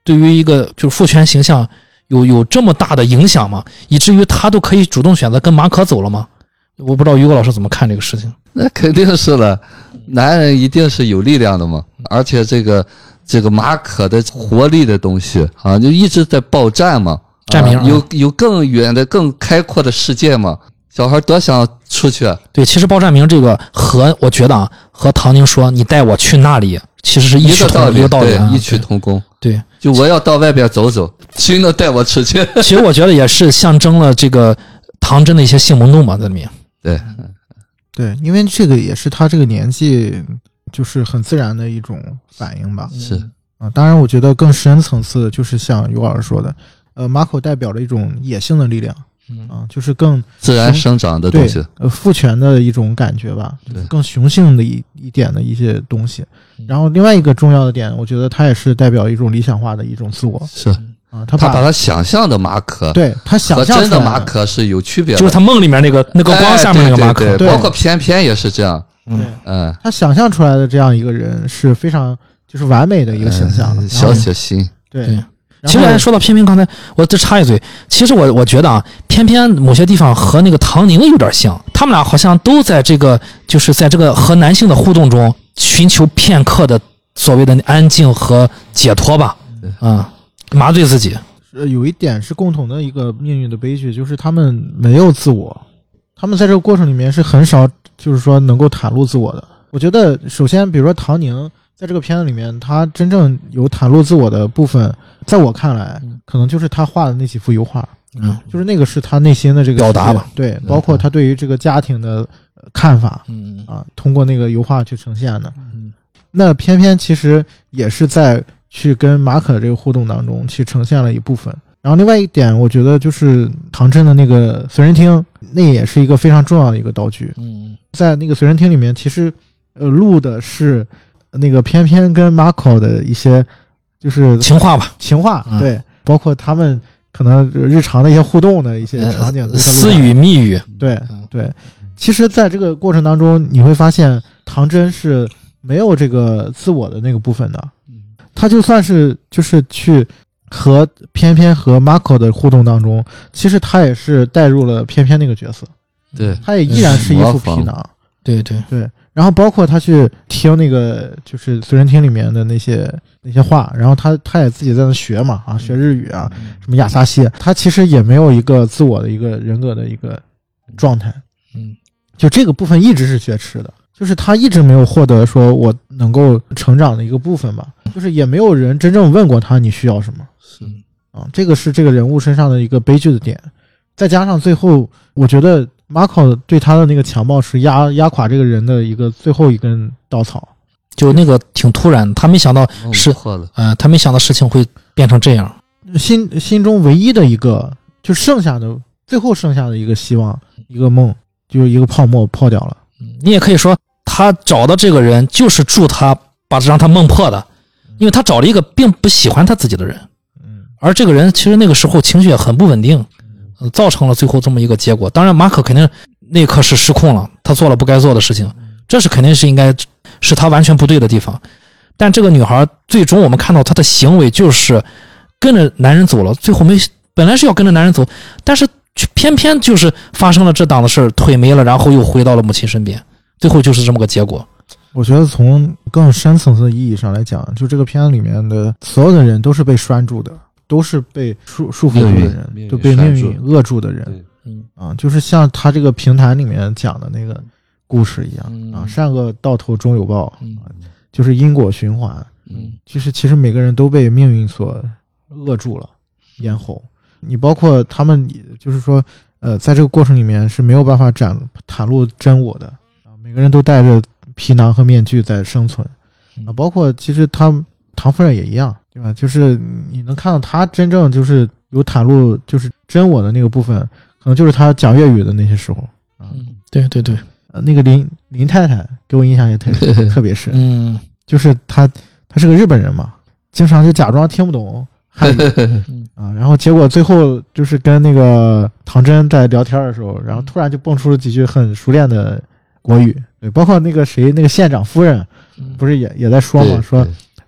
B: 对于一个就是父权形象有这么大的影响吗？以至于他都可以主动选择跟马可走了吗？我不知道于果老师怎么看这个事情。
A: 那肯定是了，男人一定是有力量的嘛，而且这个马可的活力的东西啊，就一直在报战嘛，
B: 战名
A: 有更远的、更开阔的世界嘛。小孩多想出去。
B: 对，其实报战名这个我觉得啊，和唐宁说你带我去那里，其实是异曲同工，一个道理，
A: 异曲同工。
B: 对，
A: 就我要到外边走走，谁能带我出去？
B: 其实我觉得也是象征了这个唐真的一些性萌动嘛，在里面。
A: 对，
C: 对，因为这个也是他这个年纪就是很自然的一种反应吧。
A: 是
C: 啊，当然我觉得更深层次的就是像于老师说的，马可代表了一种野性的力量。就是更
A: 自然生长的东西，
C: 父权的一种感觉吧，
A: 对，
C: 更雄性的一点的一些东西。然后另外一个重要的点，我觉得它也是代表一种理想化的一种自我。
A: 是
C: 啊，他
A: 把他想象的马可，
C: 对他想象
A: 和真的马可是有区别的，
B: 就是他梦里面那个光下面那个马可，
A: 对，包括偏偏也是这样。
C: 他想象出来的这样一个人是非常就是完美的一个形象，
A: 小血心，
C: 对。
B: 其实说到偏偏，刚才我再插一嘴，其实我觉得啊，偏偏某些地方和那个唐宁有点像，他们俩好像都在这个就是在这个和男性的互动中寻求片刻的所谓的安静和解脱吧，麻醉自己。
C: 有一点是共同的一个命运的悲剧，就是他们没有自我，他们在这个过程里面是很少就是说能够袒露自我的。我觉得首先比如说唐宁在这个片子里面，他真正有袒露自我的部分，在我看来，可能就是他画的那几幅油画，就是那个是他内心的这个
B: 表达吧，
C: 对，包括他对于这个家庭的看法，通过那个油画去呈现的。那偏偏其实也是在去跟马可这个互动当中去呈现了一部分。然后另外一点，我觉得就是唐真的那个随身听，那也是一个非常重要的一个道具。在那个随身听里面，其实录的是那个偏偏跟马可的一些就是
B: 情话吧，
C: 情话，对，包括他们可能日常的一些互动的一些场景，
B: 私语密语，
C: 对对。其实在这个过程当中，你会发现唐真是没有这个自我的那个部分的，他就算是就是去和偏偏和马可的互动当中，其实他也是带入了偏偏那个角色，
A: 对，
C: 他也依然是一副皮囊，
B: 对对
C: 对。然后包括他去听那个就是随身听里面的那些话，然后他也自己在那学嘛，学日语啊，什么亚萨西，他其实也没有一个自我的一个人格的一个状态，就这个部分一直是缺失的，就是他一直没有获得说我能够成长的一个部分吧，就是也没有人真正问过他你需要什么，这个是这个人物身上的一个悲剧的点，再加上最后我觉得马可对他的那个强暴是压垮这个人的一个最后一根稻草，
B: 就那个挺突然，他没想到是他没想到事情会变成这样，
C: 心中唯一的一个就最后剩下的一个希望，一个梦，就是一个泡沫泡掉了。
B: 你也可以说他找的这个人就是助他让他梦破的，因为他找了一个并不喜欢他自己的人，而这个人其实那个时候情绪也很不稳定。造成了最后这么一个结果。当然马可肯定那一刻是失控了，他做了不该做的事情，这是肯定是应该是他完全不对的地方。但这个女孩最终我们看到她的行为就是跟着男人走了，最后本来是要跟着男人走，但是偏偏就是发生了这档子事，腿没了，然后又回到了母亲身边，最后就是这么个结果。
C: 我觉得从更深层次的意义上来讲，就这个片子里面的所有的人都是被拴住的，都是被束缚住的人，都被命运扼住的人。就是像他这个评弹里面讲的那个故事一样善恶到头终有报，就是因果循环。其实每个人都被命运所扼住了咽喉。你包括他们，就是说在这个过程里面是没有办法袒露真我的每个人都带着皮囊和面具在生存包括其实唐夫人也一样，对吧？就是你能看到他真正就是有袒露就是真我的那个部分，可能就是他讲粤语的那些时候
B: 对对对，
C: 那个林太太给我印象也特别深就是他是个日本人嘛，经常就假装听不懂汉语然后结果最后就是跟那个唐真在聊天的时候，然后突然就蹦出了几句很熟练的国语，对，包括那个谁那个县长夫人不是也在说嘛，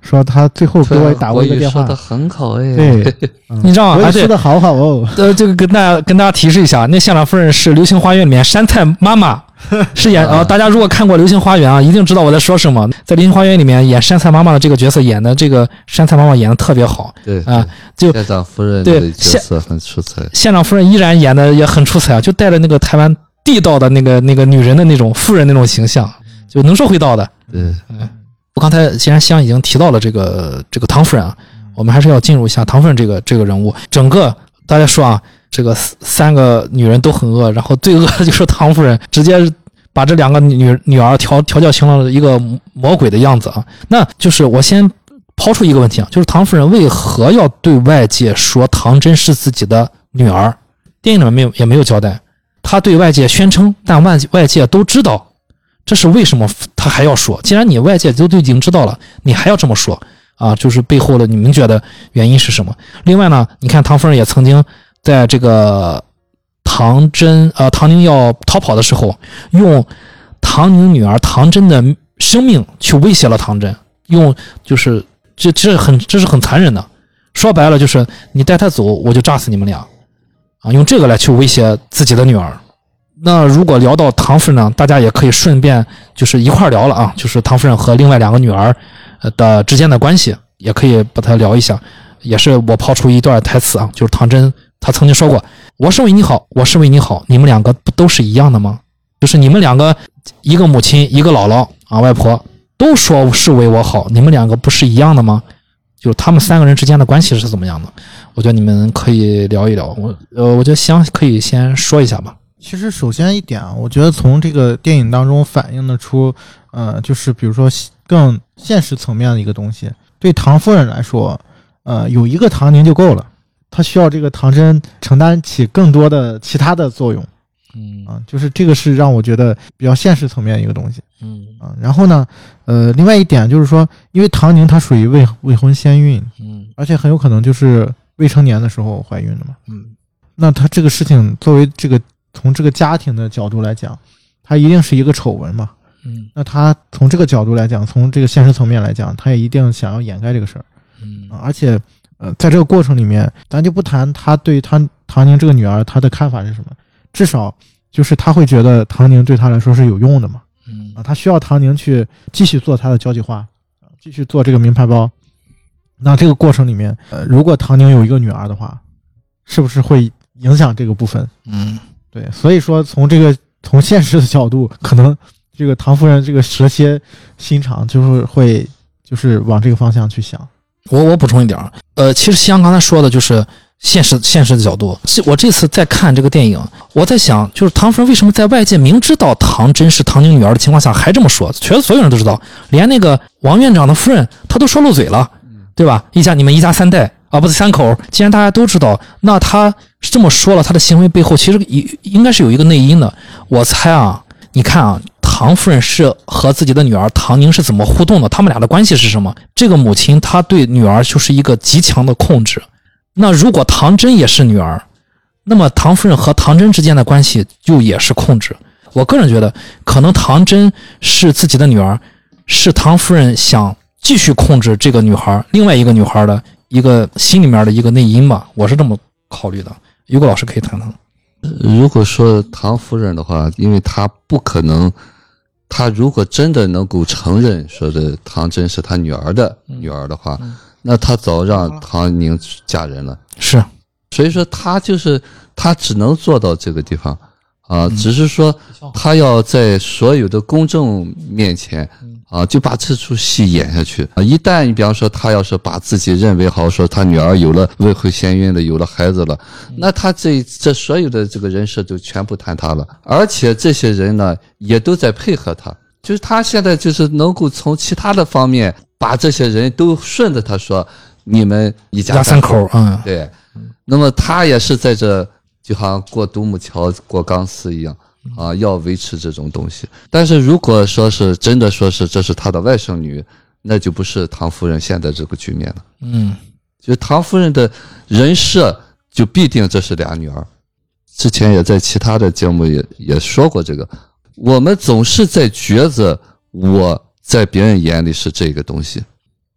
C: 说他最后给我打过一个电话，
A: 说的很好哎。
C: 对，
B: 你知道吗？
C: 国语说的好好哦。
B: 这个跟大家提示一下，那县长夫人是《流星花园》里面杉菜妈妈，是演大家如果看过《流星花园》啊，一定知道我在说什么。在《流星花园》里面演杉菜妈妈的这个角色，演的这个杉菜妈妈演的特别好。
A: 对
B: 啊，就
A: 县长夫人的角色很出彩。
B: 县长夫人依然演的也很出彩啊，就带着那个台湾地道的那个女人的那种妇人那种形象，就能说会道的。
A: 对，
B: 我刚才既然西洋已经提到了这个唐夫人啊，我们还是要进入一下唐夫人这个人物。整个大家说啊，这个3个女人都很恶，然后最恶的就是唐夫人，直接把这2个女儿调教成了一个魔鬼的样子啊。那就是我先抛出一个问题啊，就是唐夫人为何要对外界说唐真是自己的女儿？电影里面也没有交代。她对外界宣称，但外界都知道。这是为什么他还要说？既然你外界都已经知道了，你还要这么说啊？就是背后的你们觉得原因是什么？另外呢，你看唐夫人也曾经在这个唐宁要逃跑的时候，用唐宁女儿唐真的生命去威胁了唐真，就是这是很残忍的。说白了就是你带她走，我就炸死你们俩啊！用这个来去威胁自己的女儿。那如果聊到唐夫人呢，大家也可以顺便就是一块聊了啊，就是唐夫人和另外2个女儿的之间的关系，也可以把它聊一下。也是我抛出一段台词啊，就是唐真她曾经说过：“我是为你好，我是为你好，你们2个不都是一样的吗？就是你们2个，一个母亲，一个姥姥啊，外婆都说是为我好，你们2个不是一样的吗？就他们3个人之间的关系是怎么样的？我觉得你们可以聊一聊。我觉得可以先说一下吧。
C: 其实首先一点啊，我觉得从这个电影当中反映的出，就是比如说更现实层面的一个东西。对唐夫人来说，有一个唐宁就够了，她需要这个唐真承担起更多的其他的作用。就是这个是让我觉得比较现实层面的一个东西。然后呢，另外一点就是说，因为唐宁她属于未婚先孕，而且很有可能就是未成年的时候怀孕的嘛。那她这个事情作为从这个家庭的角度来讲，它一定是一个丑闻嘛。那他从这个角度来讲，从这个现实层面来讲，他也一定想要掩盖这个事儿。而且在这个过程里面，咱就不谈他对唐宁这个女儿他的看法是什么，至少就是他会觉得唐宁对他来说是有用的嘛。他需要唐宁去继续做他的交际花，继续做这个名牌包。那这个过程里面，如果唐宁有一个女儿的话，是不是会影响这个部分？对，所以说从现实的角度，可能这个唐夫人这个蛇蝎心肠就是往这个方向去想。
B: 我补充一点其实西洋刚才说的就是现实的角度。我这次在看这个电影，我在想，就是唐夫人为什么在外界明知道唐真是唐宁女儿的情况下还这么说？全所有人都知道，连那个王院长的夫人她都说漏嘴了，对吧？你们一家3代啊，不是3口，既然大家都知道，那他这么说了，他的行为背后其实应该是有一个内因的。我猜啊，你看啊，唐夫人是和自己的女儿唐宁是怎么互动的？他们俩的关系是什么？这个母亲她对女儿就是一个极强的控制。那如果唐真也是女儿，那么唐夫人和唐真之间的关系就也是控制。我个人觉得，可能唐真是自己的女儿，是唐夫人想继续控制这个女孩，另外一个女孩的一个心里面的一个内因吧，我是这么考虑的。于果老师可以谈谈。
A: 如果说唐夫人的话，因为她不可能，她如果真的能够承认说的唐真是她女儿的话，那她早让唐宁嫁人了。
B: 是，
A: 所以说她只能做到这个地方啊，只是说她要在所有的公众面前就把这出戏演下去啊！一旦你比方说他要是把自己认为好说他女儿有了未婚先孕了，有了孩子了，那他这所有的这个人设就全部坍塌了。而且这些人呢也都在配合他，就是他现在就是能够从其他的方面把这些人都顺着他说你们一家3口，对。那么他也是在这就好像过独木桥过钢丝一样。要维持这种东西。但是如果说是真的说是这是他的外甥女，那就不是唐夫人现在这个局面了。就唐夫人的人设就必定这是俩女儿。之前也在其他的节目也说过这个，我们总是在觉得我在别人眼里是这个东西，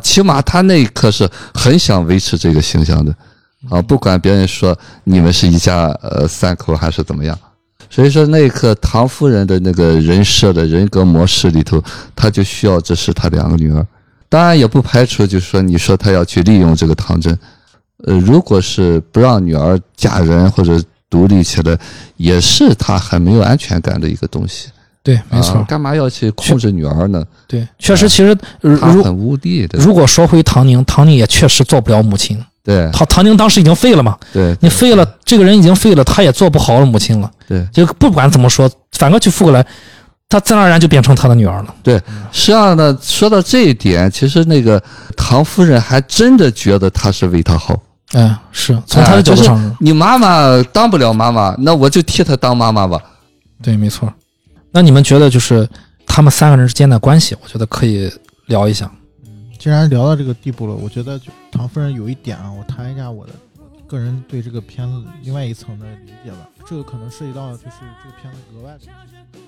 A: 起码他那一刻是很想维持这个形象的啊，不管别人说你们是一家三口还是怎么样。所以说那一刻唐夫人的那个人设的人格模式里头，他就需要这是他2个女儿。当然也不排除就是说你说他要去利用这个唐真，如果是不让女儿嫁人或者独立起来，也是他很没有安全感的一个东西。
B: 对，没错。
A: 干嘛要去控制女儿呢？
B: 对，确实，其实
A: 他很无力的。
B: 如果说回唐宁，唐宁也确实做不了母亲。
A: 对，
B: 唐宁当时已经废了嘛。
A: 对，
B: 你废了，这个人已经废了，他也做不好了母亲了。
A: 对，
B: 就不管怎么说，反过去复过来，他自然而然就变成他的女儿了。
A: 对，实际上呢，说到这一点，其实那个唐夫人还真的觉得他是为他好。
B: 是从他的角度上，
A: 就是你妈妈当不了妈妈，那我就替她当妈妈吧。
B: 对，没错。那你们觉得就是他们3个人之间的关系，我觉得可以聊一下。
C: 既然聊到这个地步了，我觉得就唐夫人有一点啊，我谈一下我的个人对这个片子另外一层的理解吧。这个可能涉及到就是这个片子额外的。